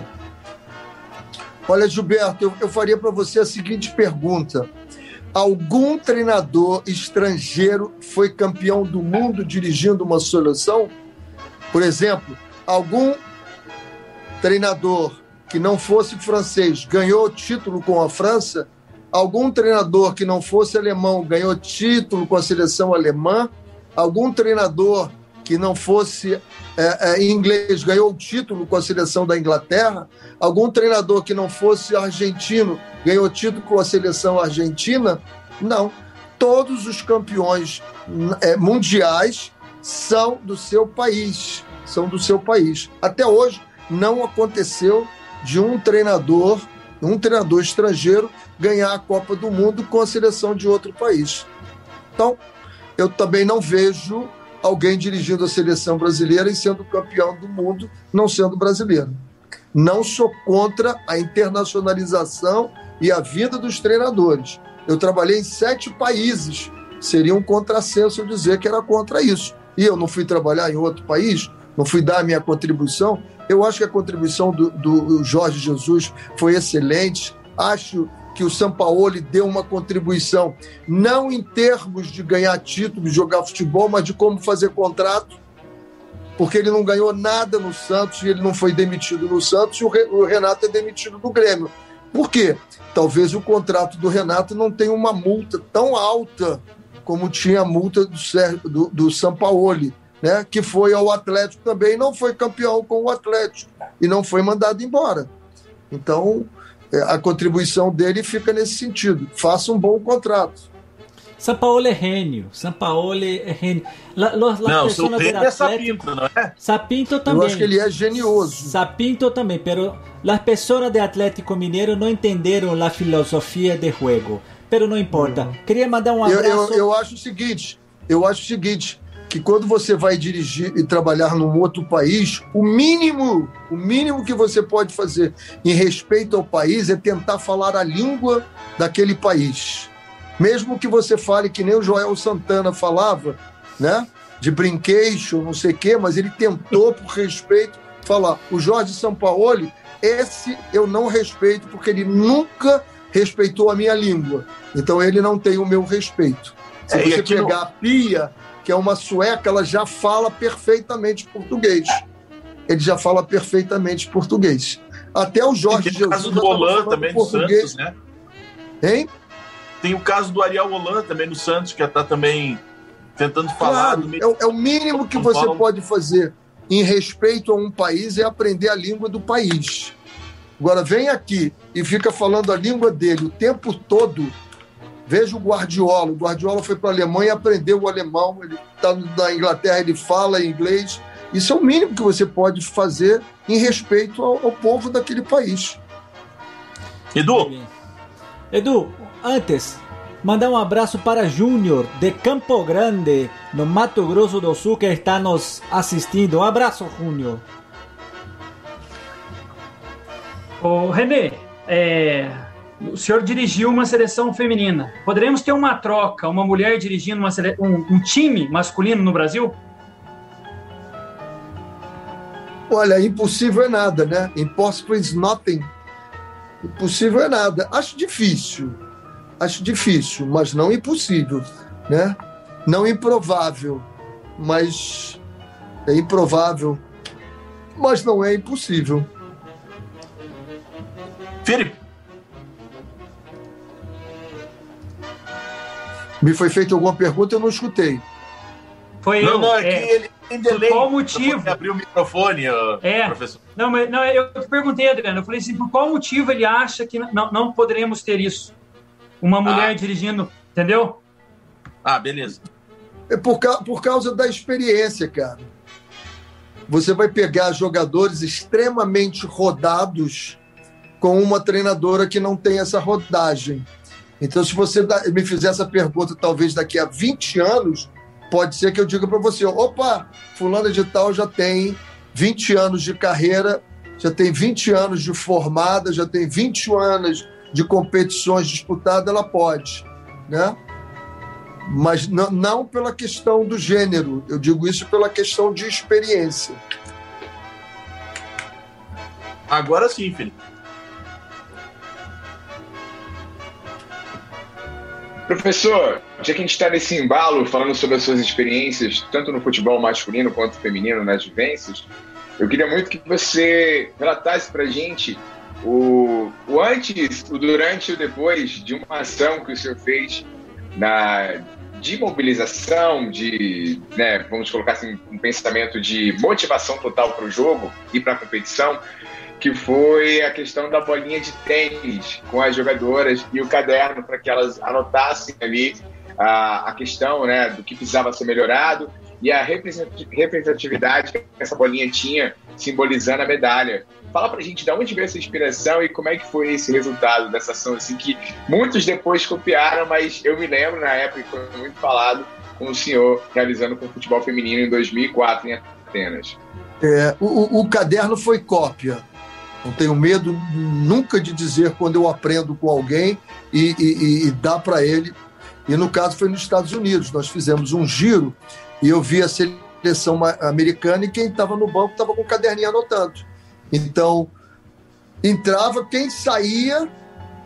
Olha, Gilberto, eu, eu faria para você a seguinte pergunta. Algum treinador estrangeiro foi campeão do mundo dirigindo uma seleção? Por exemplo, algum treinador que não fosse francês ganhou título com a França? Algum treinador que não fosse alemão ganhou título com a seleção alemã? Algum treinador que não fosse é, é, inglês ganhou título com a seleção da Inglaterra? Algum treinador que não fosse argentino ganhou título com a seleção argentina? Não. Todos os campeões é, mundiais são do seu país. São do seu país. Até hoje não aconteceu de um treinador, um treinador estrangeiro ganhar a Copa do Mundo com a seleção de outro país. Então, eu também não vejo alguém dirigindo a seleção brasileira e sendo campeão do mundo não sendo brasileiro. Não sou contra a internacionalização e a vida dos treinadores. Eu trabalhei em sete países. Seria um contrassenso eu dizer que era contra isso. E eu não fui trabalhar em outro país, não fui dar a minha contribuição. Eu acho que a contribuição do, do Jorge Jesus foi excelente. Acho que o Sampaoli deu uma contribuição, não em termos de ganhar título, de jogar futebol, mas de como fazer contrato, porque ele não ganhou nada no Santos e ele não foi demitido no Santos e o Renato é demitido do Grêmio. Por quê? Talvez o contrato do Renato não tenha uma multa tão alta como tinha a multa do, do, do Sampaoli, né? Que foi ao Atlético também, não foi campeão com o Atlético e não foi mandado embora. Então, a contribuição dele fica nesse sentido. Faça um bom contrato. Sampaoli é gênio. Sampaoli é gênio. La, los, não, o gênio é Sapinto, não é? Sapinto também. Eu acho que ele é genioso. Sapinto também, pero las personas de Atlético Mineiro não entenderam a filosofia de jogo. Pero não importa. Uhum. Queria mandar um abraço... Eu, eu, eu acho o seguinte, eu acho o seguinte, que quando você vai dirigir e trabalhar num outro país, o mínimo, o mínimo que você pode fazer em respeito ao país é tentar falar a língua daquele país. Mesmo que você fale que nem o Joel Santana falava, né? De brinquedo, não sei o quê, mas ele tentou, por respeito, falar. O Jorge Sampaoli, esse eu não respeito, porque ele nunca respeitou a minha língua. Então ele não tem o meu respeito. Se é, você pegar não... a Pia, que é uma sueca, ela já fala perfeitamente português. Ele já fala perfeitamente português. Até o Jorge Jesus... Tem o caso do Holan também, do Santos, né? Hein? Tem o caso do Ariel Holan também no Santos, que está também tentando falar... Claro, é, é o mínimo que você pode fazer em respeito a um país é aprender a língua do país. Agora, vem aqui e fica falando a língua dele o tempo todo. Veja o Guardiola. O Guardiola foi para a Alemanha e aprendeu o alemão. Ele está na Inglaterra, ele fala inglês. Isso é o mínimo que você pode fazer em respeito ao, ao povo daquele país. Edu! Edu, antes, mandar um abraço para Júnior, de Campo Grande, no Mato Grosso do Sul, que está nos assistindo. Um abraço, Júnior. Ô, René, é, o senhor dirigiu uma seleção feminina. Poderemos ter uma troca, uma mulher dirigindo uma sele... um, um time masculino no Brasil? Olha, impossível é nada, né? Impossible is nothing. Impossível é nada. Acho difícil. Acho difícil, mas não impossível, né? Não improvável, mas é improvável, mas não é impossível. Felipe. Me foi feita alguma pergunta, eu não escutei. Foi não, eu. Não, é, é que ele tem delay. Por qual motivo? Abriu o microfone, é. professor. Não, mas não, eu perguntei, Adriano, eu falei assim, por qual motivo ele acha que não, não poderemos ter isso? Uma mulher ah. dirigindo, entendeu? Ah, beleza. É por, por causa da experiência, cara. Você vai pegar jogadores extremamente rodados com uma treinadora que não tem essa rodagem. Então, se você me fizer essa pergunta, talvez daqui a vinte anos, pode ser que eu diga para você, opa, fulana de tal já tem vinte anos de carreira, já tem vinte anos de formada, já tem vinte anos de competições disputadas, ela pode, né? Mas não, não pela questão do gênero, eu digo isso pela questão de experiência. Agora sim, Felipe. Professor, já que a gente está nesse embalo, falando sobre as suas experiências, tanto no futebol masculino quanto feminino, nas vivências, eu queria muito que você relatasse para a gente o, o antes, o durante e o depois de uma ação que o senhor fez na, de mobilização, de, né, vamos colocar assim, um pensamento de motivação total para o jogo e para a competição, que foi a questão da bolinha de tênis com as jogadoras e o caderno para que elas anotassem ali a, a questão, né, do que precisava ser melhorado e a representatividade que essa bolinha tinha, simbolizando a medalha. Fala pra gente de onde veio essa inspiração e como é que foi esse resultado dessa ação, assim, que muitos depois copiaram, mas eu me lembro, na época, que foi muito falado com o senhor realizando com o futebol feminino em dois mil e quatro, em Atenas. É, o, o caderno foi cópia. Não tenho medo nunca de dizer quando eu aprendo com alguém e, e, e dar para ele. E no caso foi nos Estados Unidos. Nós fizemos um giro e eu vi a seleção americana e quem estava no banco estava com o caderninho anotando. Então, entrava, quem saía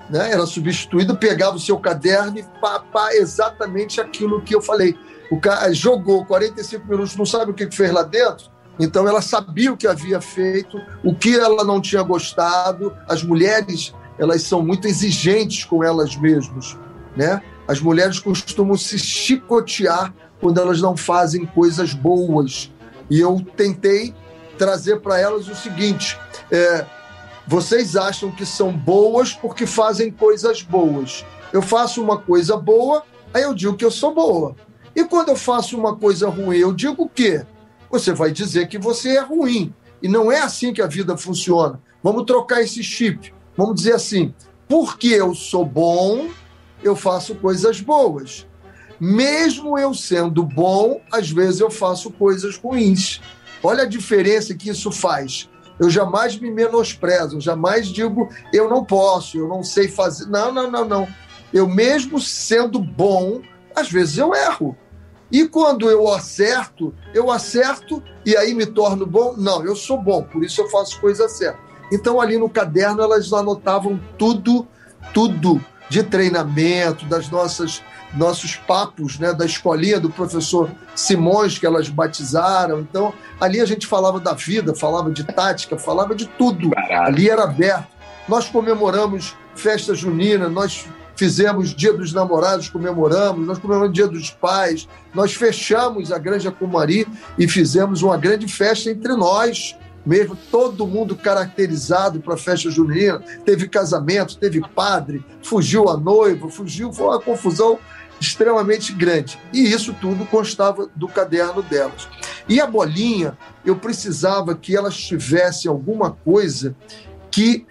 né? Era substituído, pegava o seu caderno e pá, pá, exatamente aquilo que eu falei. O cara jogou quarenta e cinco minutos, não sabe o que fez lá dentro? Então ela sabia o que havia feito, o que ela não tinha gostado. As mulheres, elas são muito exigentes com elas mesmas, né? As mulheres costumam se chicotear quando elas não fazem coisas boas. E eu tentei trazer para elas o seguinte, é, vocês acham que são boas porque fazem coisas boas. Eu faço uma coisa boa, aí eu digo que eu sou boa. E quando eu faço uma coisa ruim, eu digo o quê? Você vai dizer que você é ruim. E não é assim que a vida funciona. Vamos trocar esse chip. Vamos dizer assim, porque eu sou bom, eu faço coisas boas. Mesmo eu sendo bom, às vezes eu faço coisas ruins. Olha a diferença que isso faz. Eu jamais me menosprezo, eu jamais digo eu não posso, eu não sei fazer. Não, não, não, não. Eu mesmo sendo bom, às vezes eu erro. E quando eu acerto, eu acerto e aí me torno bom? Não, eu sou bom, por isso eu faço coisa certa. Então ali no caderno elas anotavam tudo, tudo de treinamento, das nossas nossos papos, né, da escolinha do professor Simões, que elas batizaram. Então, ali a gente falava da vida, falava de tática, falava de tudo. Caralho. Ali era aberto. Nós comemoramos festa junina, nós fizemos Dia dos Namorados, comemoramos, nós comemoramos Dia dos Pais, nós fechamos a Granja Comari e fizemos uma grande festa entre nós, mesmo todo mundo caracterizado para a festa junina. Teve casamento, teve padre, fugiu a noiva, fugiu, foi uma confusão extremamente grande. E isso tudo constava do caderno delas. E a bolinha, eu precisava que elas tivessem alguma coisa que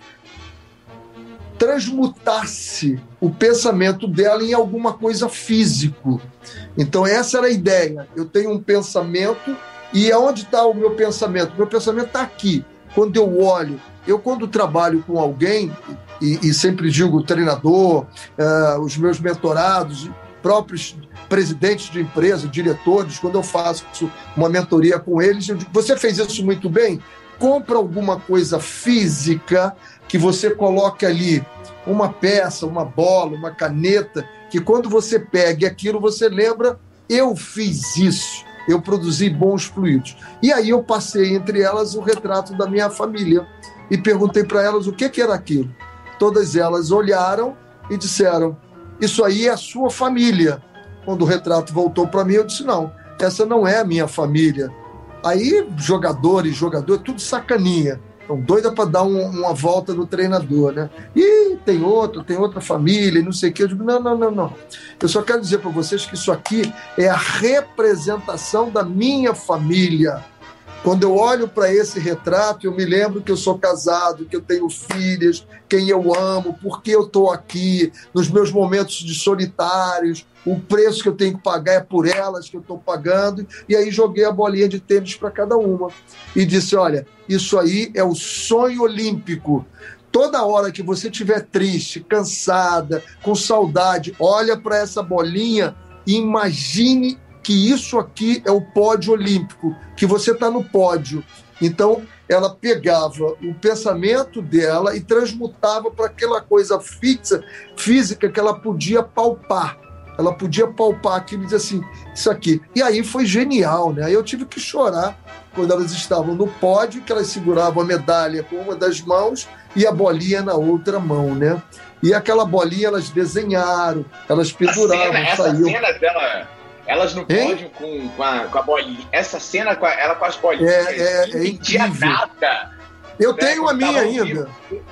transmutasse o pensamento dela em alguma coisa físico. Então essa era a ideia. Eu tenho um pensamento e aonde está o meu pensamento? O meu pensamento está aqui. Quando eu olho, eu quando trabalho com alguém, e, e sempre digo treinador, uh, os meus mentorados, próprios presidentes de empresa, diretores, quando eu faço uma mentoria com eles, eu digo, você fez isso muito bem? Compra alguma coisa física que você coloque ali, uma peça, uma bola, uma caneta, que quando você pegue aquilo, você lembra, eu fiz isso, eu produzi bons fluidos. E aí eu passei entre elas o retrato da minha família e perguntei para elas o que, que era aquilo. Todas elas olharam e disseram, isso aí é a sua família. Quando o retrato voltou para mim, eu disse, não, essa não é a minha família. Aí, jogadores, jogador, tudo sacaninha. Estão doida para dar um, uma volta no treinador, né? E tem outro, tem outra família, e não sei o quê. Eu digo, não, não, não, não. Eu só quero dizer para vocês que isso aqui é a representação da minha família. Quando eu olho para esse retrato, eu me lembro que eu sou casado, que eu tenho filhas, quem eu amo, por que eu estou aqui, nos meus momentos de solitários, o preço que eu tenho que pagar é por elas que eu estou pagando. E aí joguei a bolinha de tênis para cada uma. E disse, olha, isso aí é o sonho olímpico. Toda hora que você estiver triste, cansada, com saudade, olha para essa bolinha e imagine que isso aqui é o pódio olímpico, que você está no pódio. Então, ela pegava o pensamento dela e transmutava para aquela coisa fixa, física, que ela podia palpar. Ela podia palpar aquilo e dizer assim, isso aqui. E aí foi genial, né? Aí eu tive que chorar quando elas estavam no pódio, que elas seguravam a medalha com uma das mãos e a bolinha na outra mão, né? E aquela bolinha elas desenharam, elas penduravam, cena, essa saíam. Cena dela... Elas no pódio com, com, a, com a bolinha. Essa cena, com a, ela com as bolinhas. É, é, não é entendia nada. Eu né, tenho a minha ainda.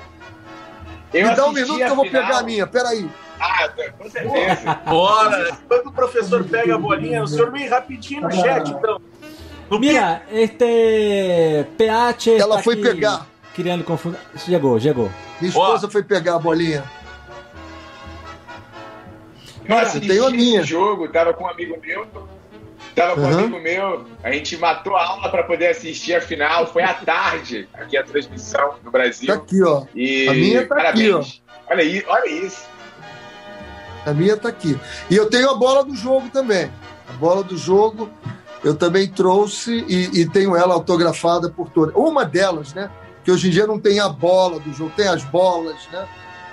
Eu Me dá um minuto que eu vou pegar a minha. Peraí. Ah, com certeza. Bora. Quando o professor pega a bolinha, o senhor vem rapidinho no chat, então. No Mira, este P H ela foi pegar. Criando confusão. Chegou, chegou. Minha esposa oh. foi pegar a bolinha. Eu assisti o jogo, tava com um amigo meu, tava com um uhum. amigo meu, a gente matou a aula para poder assistir a final, foi à tarde, aqui a transmissão no Brasil. Tá aqui, ó. E a minha tá parabéns. aqui, ó. Olha aí, olha isso. A minha tá aqui. E eu tenho a bola do jogo também. A bola do jogo eu também trouxe e, e tenho ela autografada por todas. Uma delas, né, que hoje em dia não tem a bola do jogo, tem as bolas, né?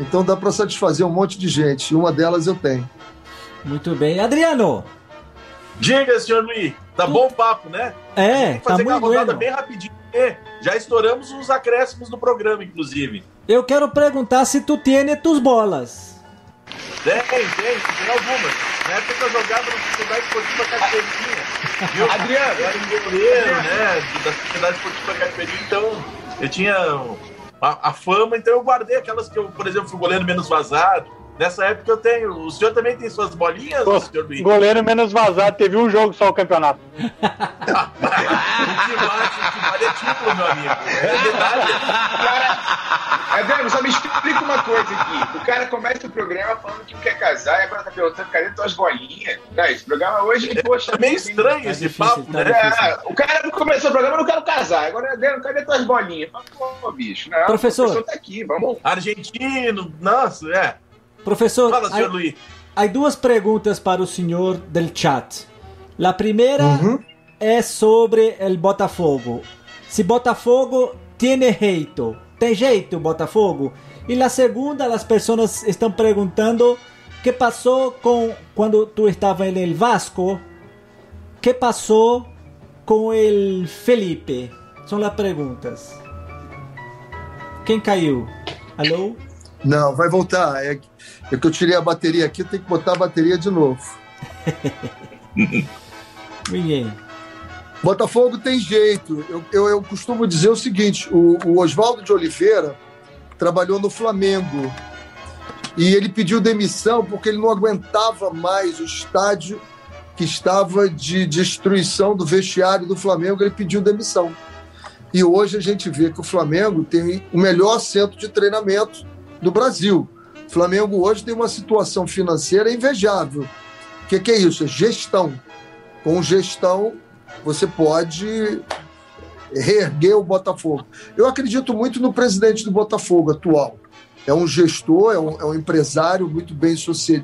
Então dá para satisfazer um monte de gente. E uma delas eu tenho. Muito bem. Adriano! Diga, senhor Luiz. Tá Tu... bom o papo, né? É, tá muito bom. Fazer uma rodada bueno. bem rapidinho. Já estouramos os acréscimos do programa, inclusive. Eu quero perguntar se tu tienes tus bolas. Tem, tem, tem algumas. Na época que eu jogava na Sociedade Esportiva Cachoeirinha. Viu? Adriano! Eu era um goleiro, né? Da Sociedade Esportiva Cachoeirinha, então eu tinha a, a fama, então eu guardei aquelas que eu, por exemplo, fui goleiro menos vazado. Nessa época eu tenho. O senhor também tem suas bolinhas, Pô, senhor Luiz? Goleiro menos vazado, teve um jogo só o campeonato. O que vale, o que vale é título, meu amigo. É detalhe. Cara, Adriano, só me explica uma coisa aqui. O cara começa o programa falando que não quer casar e agora tá perguntando cadê tuas bolinhas? Tá, esse programa hoje, poxa. É meio estranho esse difícil, papo, tá né? É, o cara começou o programa, eu não quero casar. Agora, Adriano, cadê tuas bolinhas? Fala, pô, bicho. Não, professor. O professor tá aqui, vamos. Argentino, nossa, é. Professor, fala, senhor há, Luiz. há duas perguntas para o senhor del chat. A primeira uhum. é sobre o Botafogo. Se Botafogo tem jeito, tem jeito Botafogo? E a segunda, as pessoas estão perguntando que passou com quando tu estava em el Vasco, que passou com o Felipe? São as perguntas. Quem caiu? Alô? Não, vai voltar. É, é que eu tirei a bateria aqui, tem que botar a bateria de novo. Ninguém. Botafogo tem jeito. Eu, eu, eu costumo dizer o seguinte: o, o Oswaldo de Oliveira trabalhou no Flamengo e ele pediu demissão porque ele não aguentava mais o estádio que estava de destruição do vestiário do Flamengo. Ele pediu demissão. E hoje a gente vê que o Flamengo tem o melhor centro de treinamento do Brasil. O Flamengo hoje tem uma situação financeira invejável. O que, que é isso? É gestão. Com gestão, você pode reerguer o Botafogo. Eu acredito muito no presidente do Botafogo atual. É um gestor, é um, é um empresário muito bem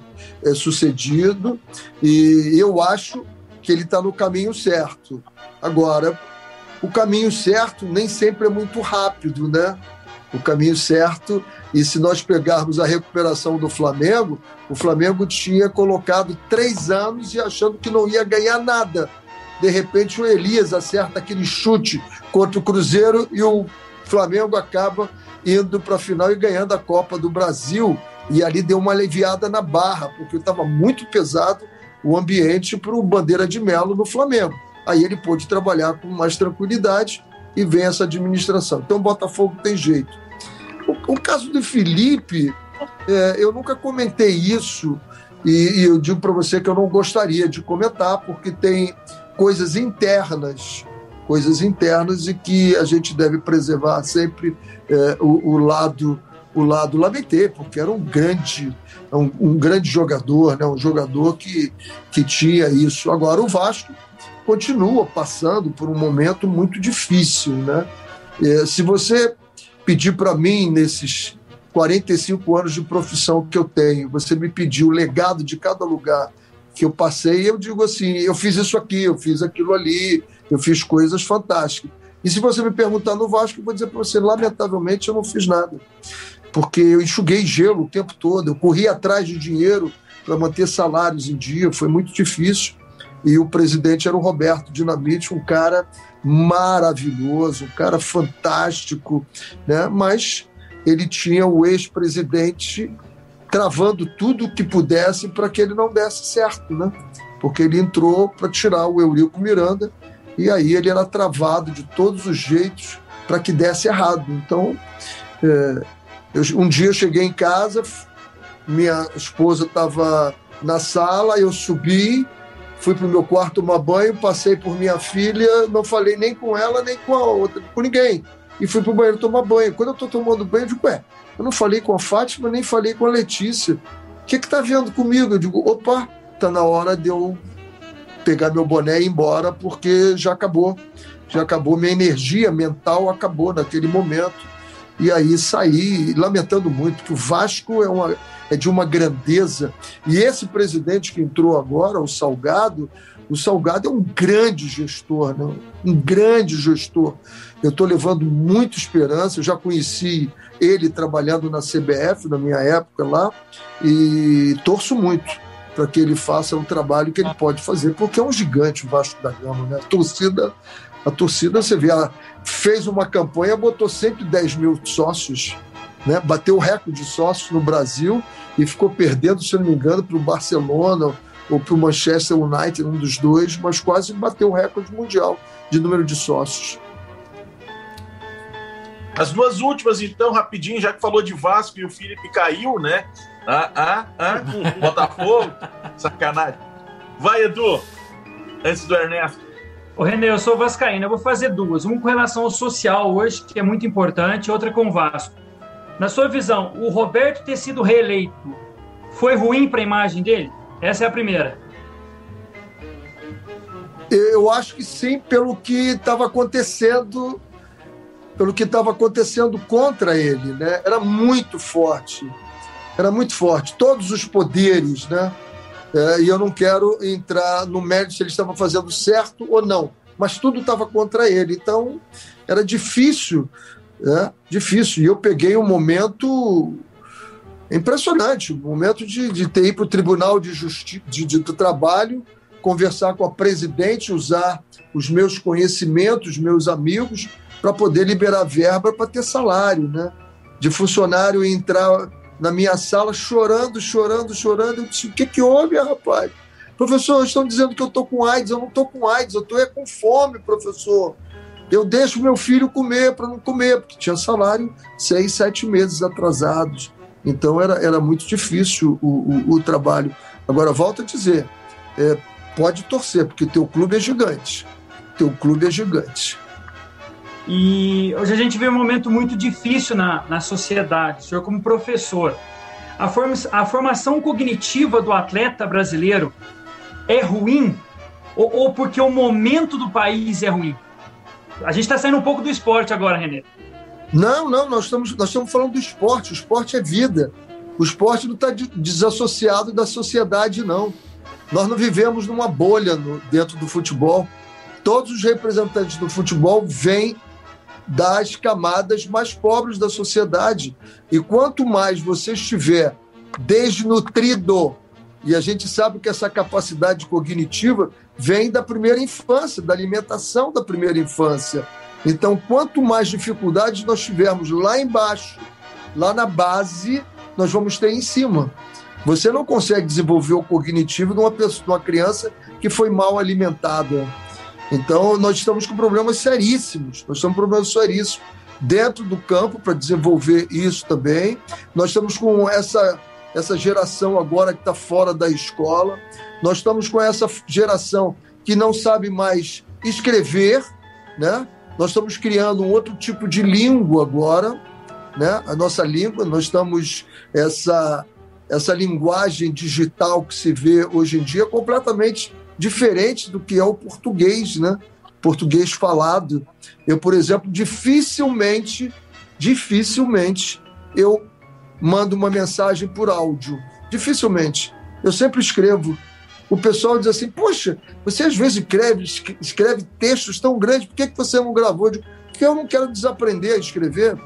sucedido e eu acho que ele está no caminho certo. Agora, o caminho certo nem sempre é muito rápido, né? O caminho certo, e se nós pegarmos a recuperação do Flamengo, o Flamengo tinha colocado três anos e achando que não ia ganhar nada. De repente o Elias acerta aquele chute contra o Cruzeiro e o Flamengo acaba indo para a final e ganhando a Copa do Brasil, e ali deu uma aliviada na barra, porque estava muito pesado o ambiente para o Bandeira de Melo no Flamengo. Aí ele pôde trabalhar com mais tranquilidade e vem essa administração. Então o Botafogo tem jeito. O, o caso do Felipe, é, eu nunca comentei isso e, e eu digo para você que eu não gostaria de comentar porque tem coisas internas, coisas internas e que a gente deve preservar sempre é, o, o lado o lado lamentei, porque era um grande um, um grande jogador, né? Um jogador que, que tinha isso. Agora o Vasco continua passando por um momento muito difícil, né? É, se você pedir para mim, nesses quarenta e cinco anos de profissão que eu tenho, você me pedir o legado de cada lugar que eu passei, eu digo assim, eu fiz isso aqui, eu fiz aquilo ali, eu fiz coisas fantásticas. E se você me perguntar no Vasco, eu vou dizer para você, lamentavelmente, eu não fiz nada. Porque eu enxuguei gelo o tempo todo, eu corri atrás de dinheiro para manter salários em dia, foi muito difícil. E o presidente era o Roberto Dinamite, um cara maravilhoso, um cara fantástico, né? Mas ele tinha o ex-presidente travando tudo o que pudesse para que ele não desse certo, né? Porque ele entrou para tirar o Eurico Miranda e aí ele era travado de todos os jeitos para que desse errado. Então, é, eu, um dia eu cheguei em casa, minha esposa estava na sala, eu subi, fui para o meu quarto tomar banho, passei por minha filha, não falei nem com ela, nem com a outra, com ninguém. E fui para o banheiro tomar banho. Quando eu estou tomando banho, eu digo, ué, eu não falei com a Fátima, nem falei com a Letícia. O que está vendo comigo? Eu digo, opa, está na hora de eu pegar meu boné e ir embora, porque já acabou. Já acabou, minha energia mental acabou naquele momento. E aí saí lamentando muito, porque o Vasco é uma... é de uma grandeza. E esse presidente que entrou agora, o Salgado, O Salgado é um grande gestor, né? Um grande gestor. Eu estou levando muita esperança, eu já conheci ele trabalhando na C B F, na minha época lá, e torço muito para que ele faça um trabalho que ele pode fazer, porque é um gigante o Vasco da Gama, né? A torcida, a torcida, você vê, ela fez uma campanha, botou cento e dez mil sócios, né? Bateu o recorde de sócios no Brasil e ficou perdendo, se não me engano, para o Barcelona ou para o Manchester United, um dos dois, mas quase bateu o recorde mundial de número de sócios. As duas últimas, então, rapidinho, já que falou de Vasco e o Felipe caiu, né? Ah, ah, ah, Botafogo, sacanagem. Vai, Edu, antes do Ernesto. Ô, Renê, eu sou vascaíno, eu vou fazer duas. Uma com relação ao social hoje, que é muito importante, outra com o Vasco. Na sua visão, o Roberto ter sido reeleito foi ruim para a imagem dele? Essa é a primeira. Eu acho que sim, pelo que estava acontecendo, pelo que estava acontecendo contra ele, né? Era muito forte, era muito forte. Todos os poderes, né? É, e eu não quero entrar no mérito se ele estava fazendo certo ou não, mas tudo estava contra ele. Então, era difícil, né? Difícil. E eu peguei um momento impressionante, um momento de, de ter ido para o Tribunal de Justiça de, de, do Trabalho, conversar com a presidente, usar os meus conhecimentos, meus amigos, para poder liberar verba para ter salário, né? De funcionário entrar na minha sala chorando, chorando, chorando. Eu disse, o que que houve, rapaz? Professor, estão dizendo que eu estou com AIDS. Eu não estou com AIDS, eu estou é com fome, professor. Eu deixo meu filho comer para não comer, porque tinha salário seis, sete meses atrasados. Então era, era muito difícil o, o, o trabalho. Agora, volto a dizer, é, pode torcer, porque teu clube é gigante. Teu clube é gigante. E hoje a gente vê um momento muito difícil na, na sociedade, o senhor como professor. A, forma, a formação cognitiva do atleta brasileiro é ruim? Ou, ou porque o momento do país é ruim? A gente está saindo um pouco do esporte agora, Renê. Não, não, nós estamos, nós estamos falando do esporte. O esporte é vida. O esporte não está desassociado da sociedade, não. Nós não vivemos numa bolha no, dentro do futebol. Todos os representantes do futebol vêm das camadas mais pobres da sociedade. E quanto mais você estiver desnutrido, e a gente sabe que essa capacidade cognitiva vem da primeira infância, da alimentação da primeira infância. Então, quanto mais dificuldades nós tivermos lá embaixo, lá na base, nós vamos ter em cima. Você não consegue desenvolver o cognitivo de uma, pessoa, de uma criança que foi mal alimentada. Então, nós estamos com problemas seríssimos, nós estamos com problemas seríssimos dentro do campo para desenvolver isso também. Nós estamos com essa, essa geração agora que está fora da escola, nós estamos com essa geração que não sabe mais escrever, né? Nós estamos criando um outro tipo de língua agora, né? A nossa língua, nós estamos, essa, essa linguagem digital que se vê hoje em dia completamente diferente do que é o português, né? Português falado. Eu, por exemplo, dificilmente, dificilmente eu mando uma mensagem por áudio. Dificilmente. Eu sempre escrevo. O pessoal diz assim, poxa, você às vezes escreve, escreve textos tão grandes, por que que você não gravou? Porque eu não quero desaprender a escrever.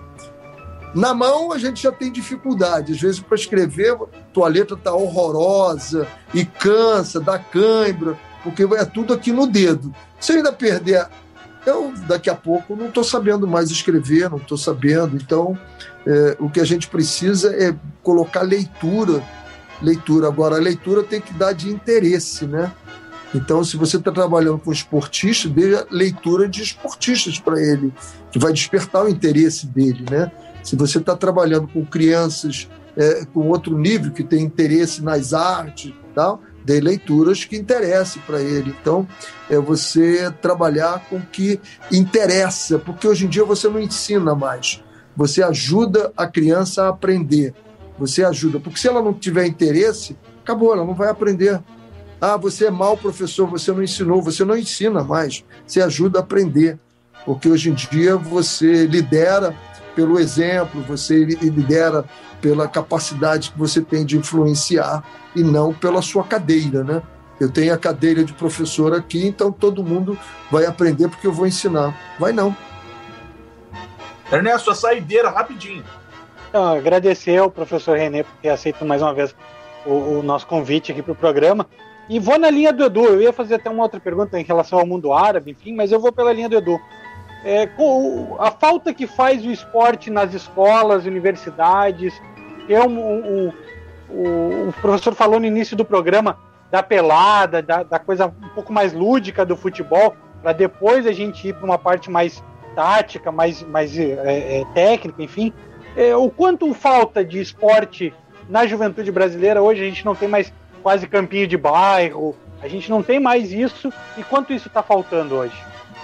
Na mão a gente já tem dificuldade, às vezes para escrever tua letra está horrorosa e cansa, dá cãibra, porque é tudo aqui no dedo. Se eu ainda perder, eu daqui a pouco não estou sabendo mais escrever, não estou sabendo. Então é, o que a gente precisa é colocar leitura, leitura. Agora a leitura tem que dar de interesse, né? Então, se você está trabalhando com esportista, dê a leitura de esportistas para ele, que vai despertar o interesse dele, né? Se você está trabalhando com crianças é, com outro nível, que tem interesse nas artes, tal, dê leituras que interessem para ele. Então, é você trabalhar com o que interessa, porque hoje em dia você não ensina mais. Você ajuda a criança a aprender. Você ajuda, porque se ela não tiver interesse, acabou, ela não vai aprender. Ah, você é mau professor, você não ensinou, você não ensina mais, você ajuda a aprender, porque hoje em dia você lidera pelo exemplo, você lidera pela capacidade que você tem de influenciar e não pela sua cadeira, né? eu tenho a cadeira de professor aqui, então todo mundo vai aprender porque eu vou ensinar. Vai não. Ernesto, a saideira, rapidinho. Então, agradecer ao professor René por ter aceito mais uma vez o, o nosso convite aqui para o programa. E vou na linha do Edu. Eu ia fazer até uma outra pergunta em relação ao mundo árabe, enfim, mas eu vou pela linha do Edu. É, a falta que faz o esporte nas escolas, universidades, é um, um, um, o professor falou no início do programa da pelada, da, da coisa um pouco mais lúdica do futebol, para depois a gente ir para uma parte mais tática, mais, mais é, é, técnica, enfim. É, o quanto falta de esporte na juventude brasileira hoje, a gente não tem mais quase campinho de bairro, a gente não tem mais isso, e quanto isso está faltando hoje?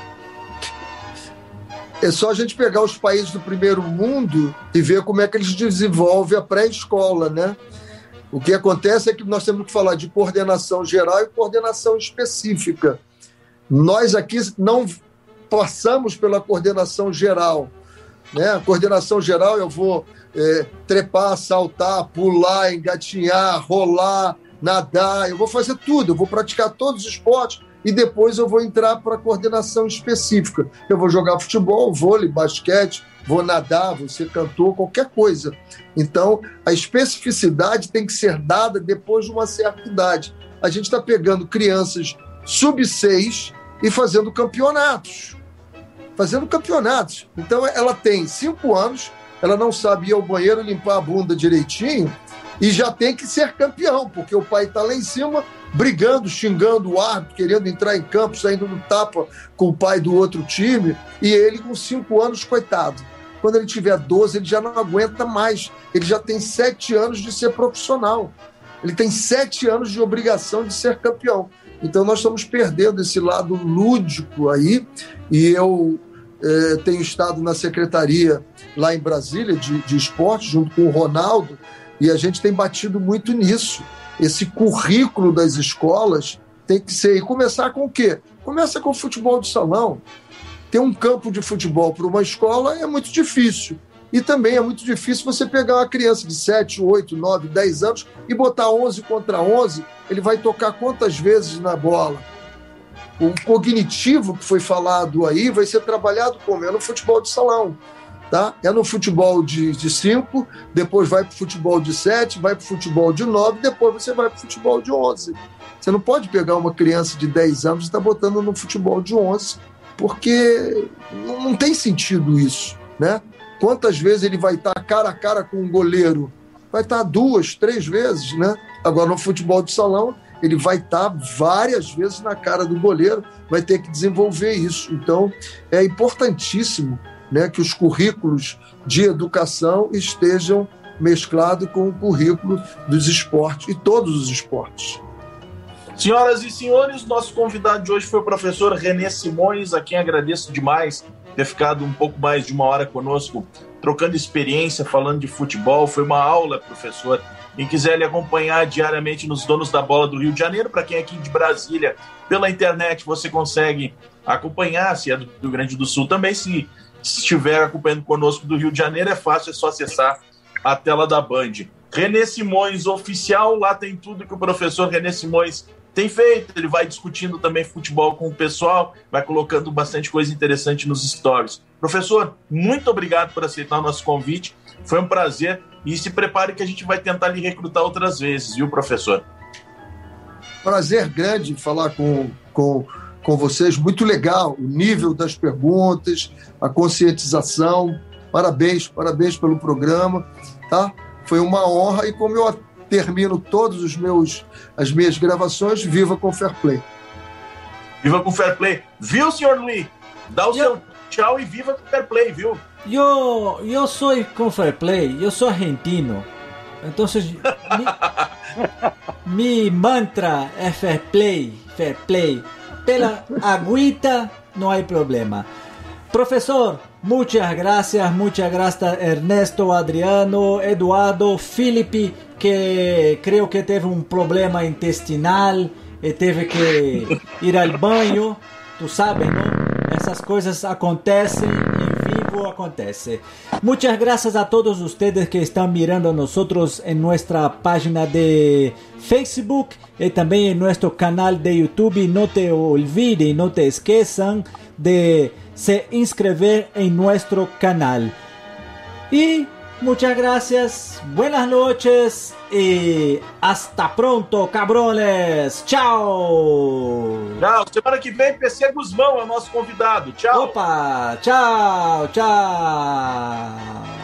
É só a gente pegar os países do primeiro mundo e ver como é que eles desenvolvem a pré-escola, né? O que acontece é que nós temos que falar de coordenação geral e coordenação específica. Nós aqui não passamos pela coordenação geral, né? A coordenação geral eu vou é, trepar, saltar, pular, engatinhar, rolar, nadar, eu vou fazer tudo, eu vou praticar todos os esportes e depois eu vou entrar para a coordenação específica. Eu vou jogar futebol, vôlei, basquete, vou nadar, vou ser cantor, qualquer coisa. Então, a especificidade tem que ser dada depois de uma certa idade. A gente está pegando crianças sub seis e fazendo campeonatos. Fazendo campeonatos. Então, ela tem cinco anos, ela não sabe ir ao banheiro, limpar a bunda direitinho e já tem que ser campeão, porque o pai está lá em cima brigando, xingando o árbitro, querendo entrar em campo, saindo no tapa com o pai do outro time, e ele com cinco anos, coitado. Quando ele tiver doze, ele já não aguenta mais. Ele já tem sete anos de ser profissional. Ele tem sete anos de obrigação de ser campeão. Então nós estamos perdendo esse lado lúdico aí, e eu eh, tenho estado na secretaria lá em Brasília de, de esporte, junto com o Ronaldo, e a gente tem batido muito nisso. Esse currículo das escolas tem que ser... E começar com o quê? Começa com o futebol de salão. Ter um campo de futebol para uma escola é muito difícil. E também é muito difícil você pegar uma criança de sete, oito, nove, dez anos e botar onze contra onze, ele vai tocar quantas vezes na bola? O cognitivo que foi falado aí vai ser trabalhado como? É no futebol de salão. Tá? É no futebol de cinco, depois vai para o futebol de sete, vai para o futebol de nove, depois você vai para o futebol de onze. Você não pode pegar uma criança de dez anos e estar tá botando no futebol de onze, porque não, não tem sentido isso, né? Quantas vezes ele vai estar tá cara a cara com um goleiro? Vai estar tá duas, três vezes, né? Agora, no futebol de salão, ele vai estar tá várias vezes na cara do goleiro, vai ter que desenvolver isso. Então, é importantíssimo, né, que os currículos de educação estejam mesclados com o currículo dos esportes, e todos os esportes. Senhoras e senhores, nosso convidado de hoje foi o professor René Simões, a quem agradeço demais ter ficado um pouco mais de uma hora conosco, trocando experiência, falando de futebol. Foi uma aula, professor. Quem quiser lhe acompanhar diariamente nos Donos da Bola do Rio de Janeiro, para quem é aqui de Brasília, pela internet você consegue acompanhar, se é do Rio Grande do Sul também, se Se estiver acompanhando conosco do Rio de Janeiro, é fácil, é só acessar a tela da Band. René Simões Oficial, lá tem tudo que o professor René Simões tem feito. Ele vai discutindo também futebol com o pessoal, vai colocando bastante coisa interessante nos stories. Professor, muito obrigado por aceitar o nosso convite, foi um prazer, e se prepare que a gente vai tentar lhe recrutar outras vezes, viu, professor? Prazer grande falar com... com... com vocês, muito legal o nível das perguntas, a conscientização, parabéns, parabéns pelo programa, tá? Foi uma honra, e como eu termino todos os meus as minhas gravações, viva com fair play. Viva com fair play, viu, senhor Luiz? Dá o eu, seu tchau e viva com fair play, viu? Eu, eu sou com fair play, eu sou argentino, então mi, mi mantra é fair play, fair play. Pela agüita no hay problema. Profesor, muchas gracias, muchas gracias Ernesto, Adriano, Eduardo, Felipe, que creo que teve um problema intestinal e teve que ir ao banho, tu sabes, não? Essas coisas acontecem, vivo acontece. Muchas gracias a todos ustedes que están mirando a nosotros en nuestra página de Facebook y también en nuestro canal de YouTube. Y no te olvides, no te esquezan de se inscribir en nuestro canal. Y muchas gracias, buenas noches y hasta pronto, cabrones. Tchau. Tchau. Semana que vem, P C Guzmão é o nosso convidado. Tchau. Opa, tchau, tchau.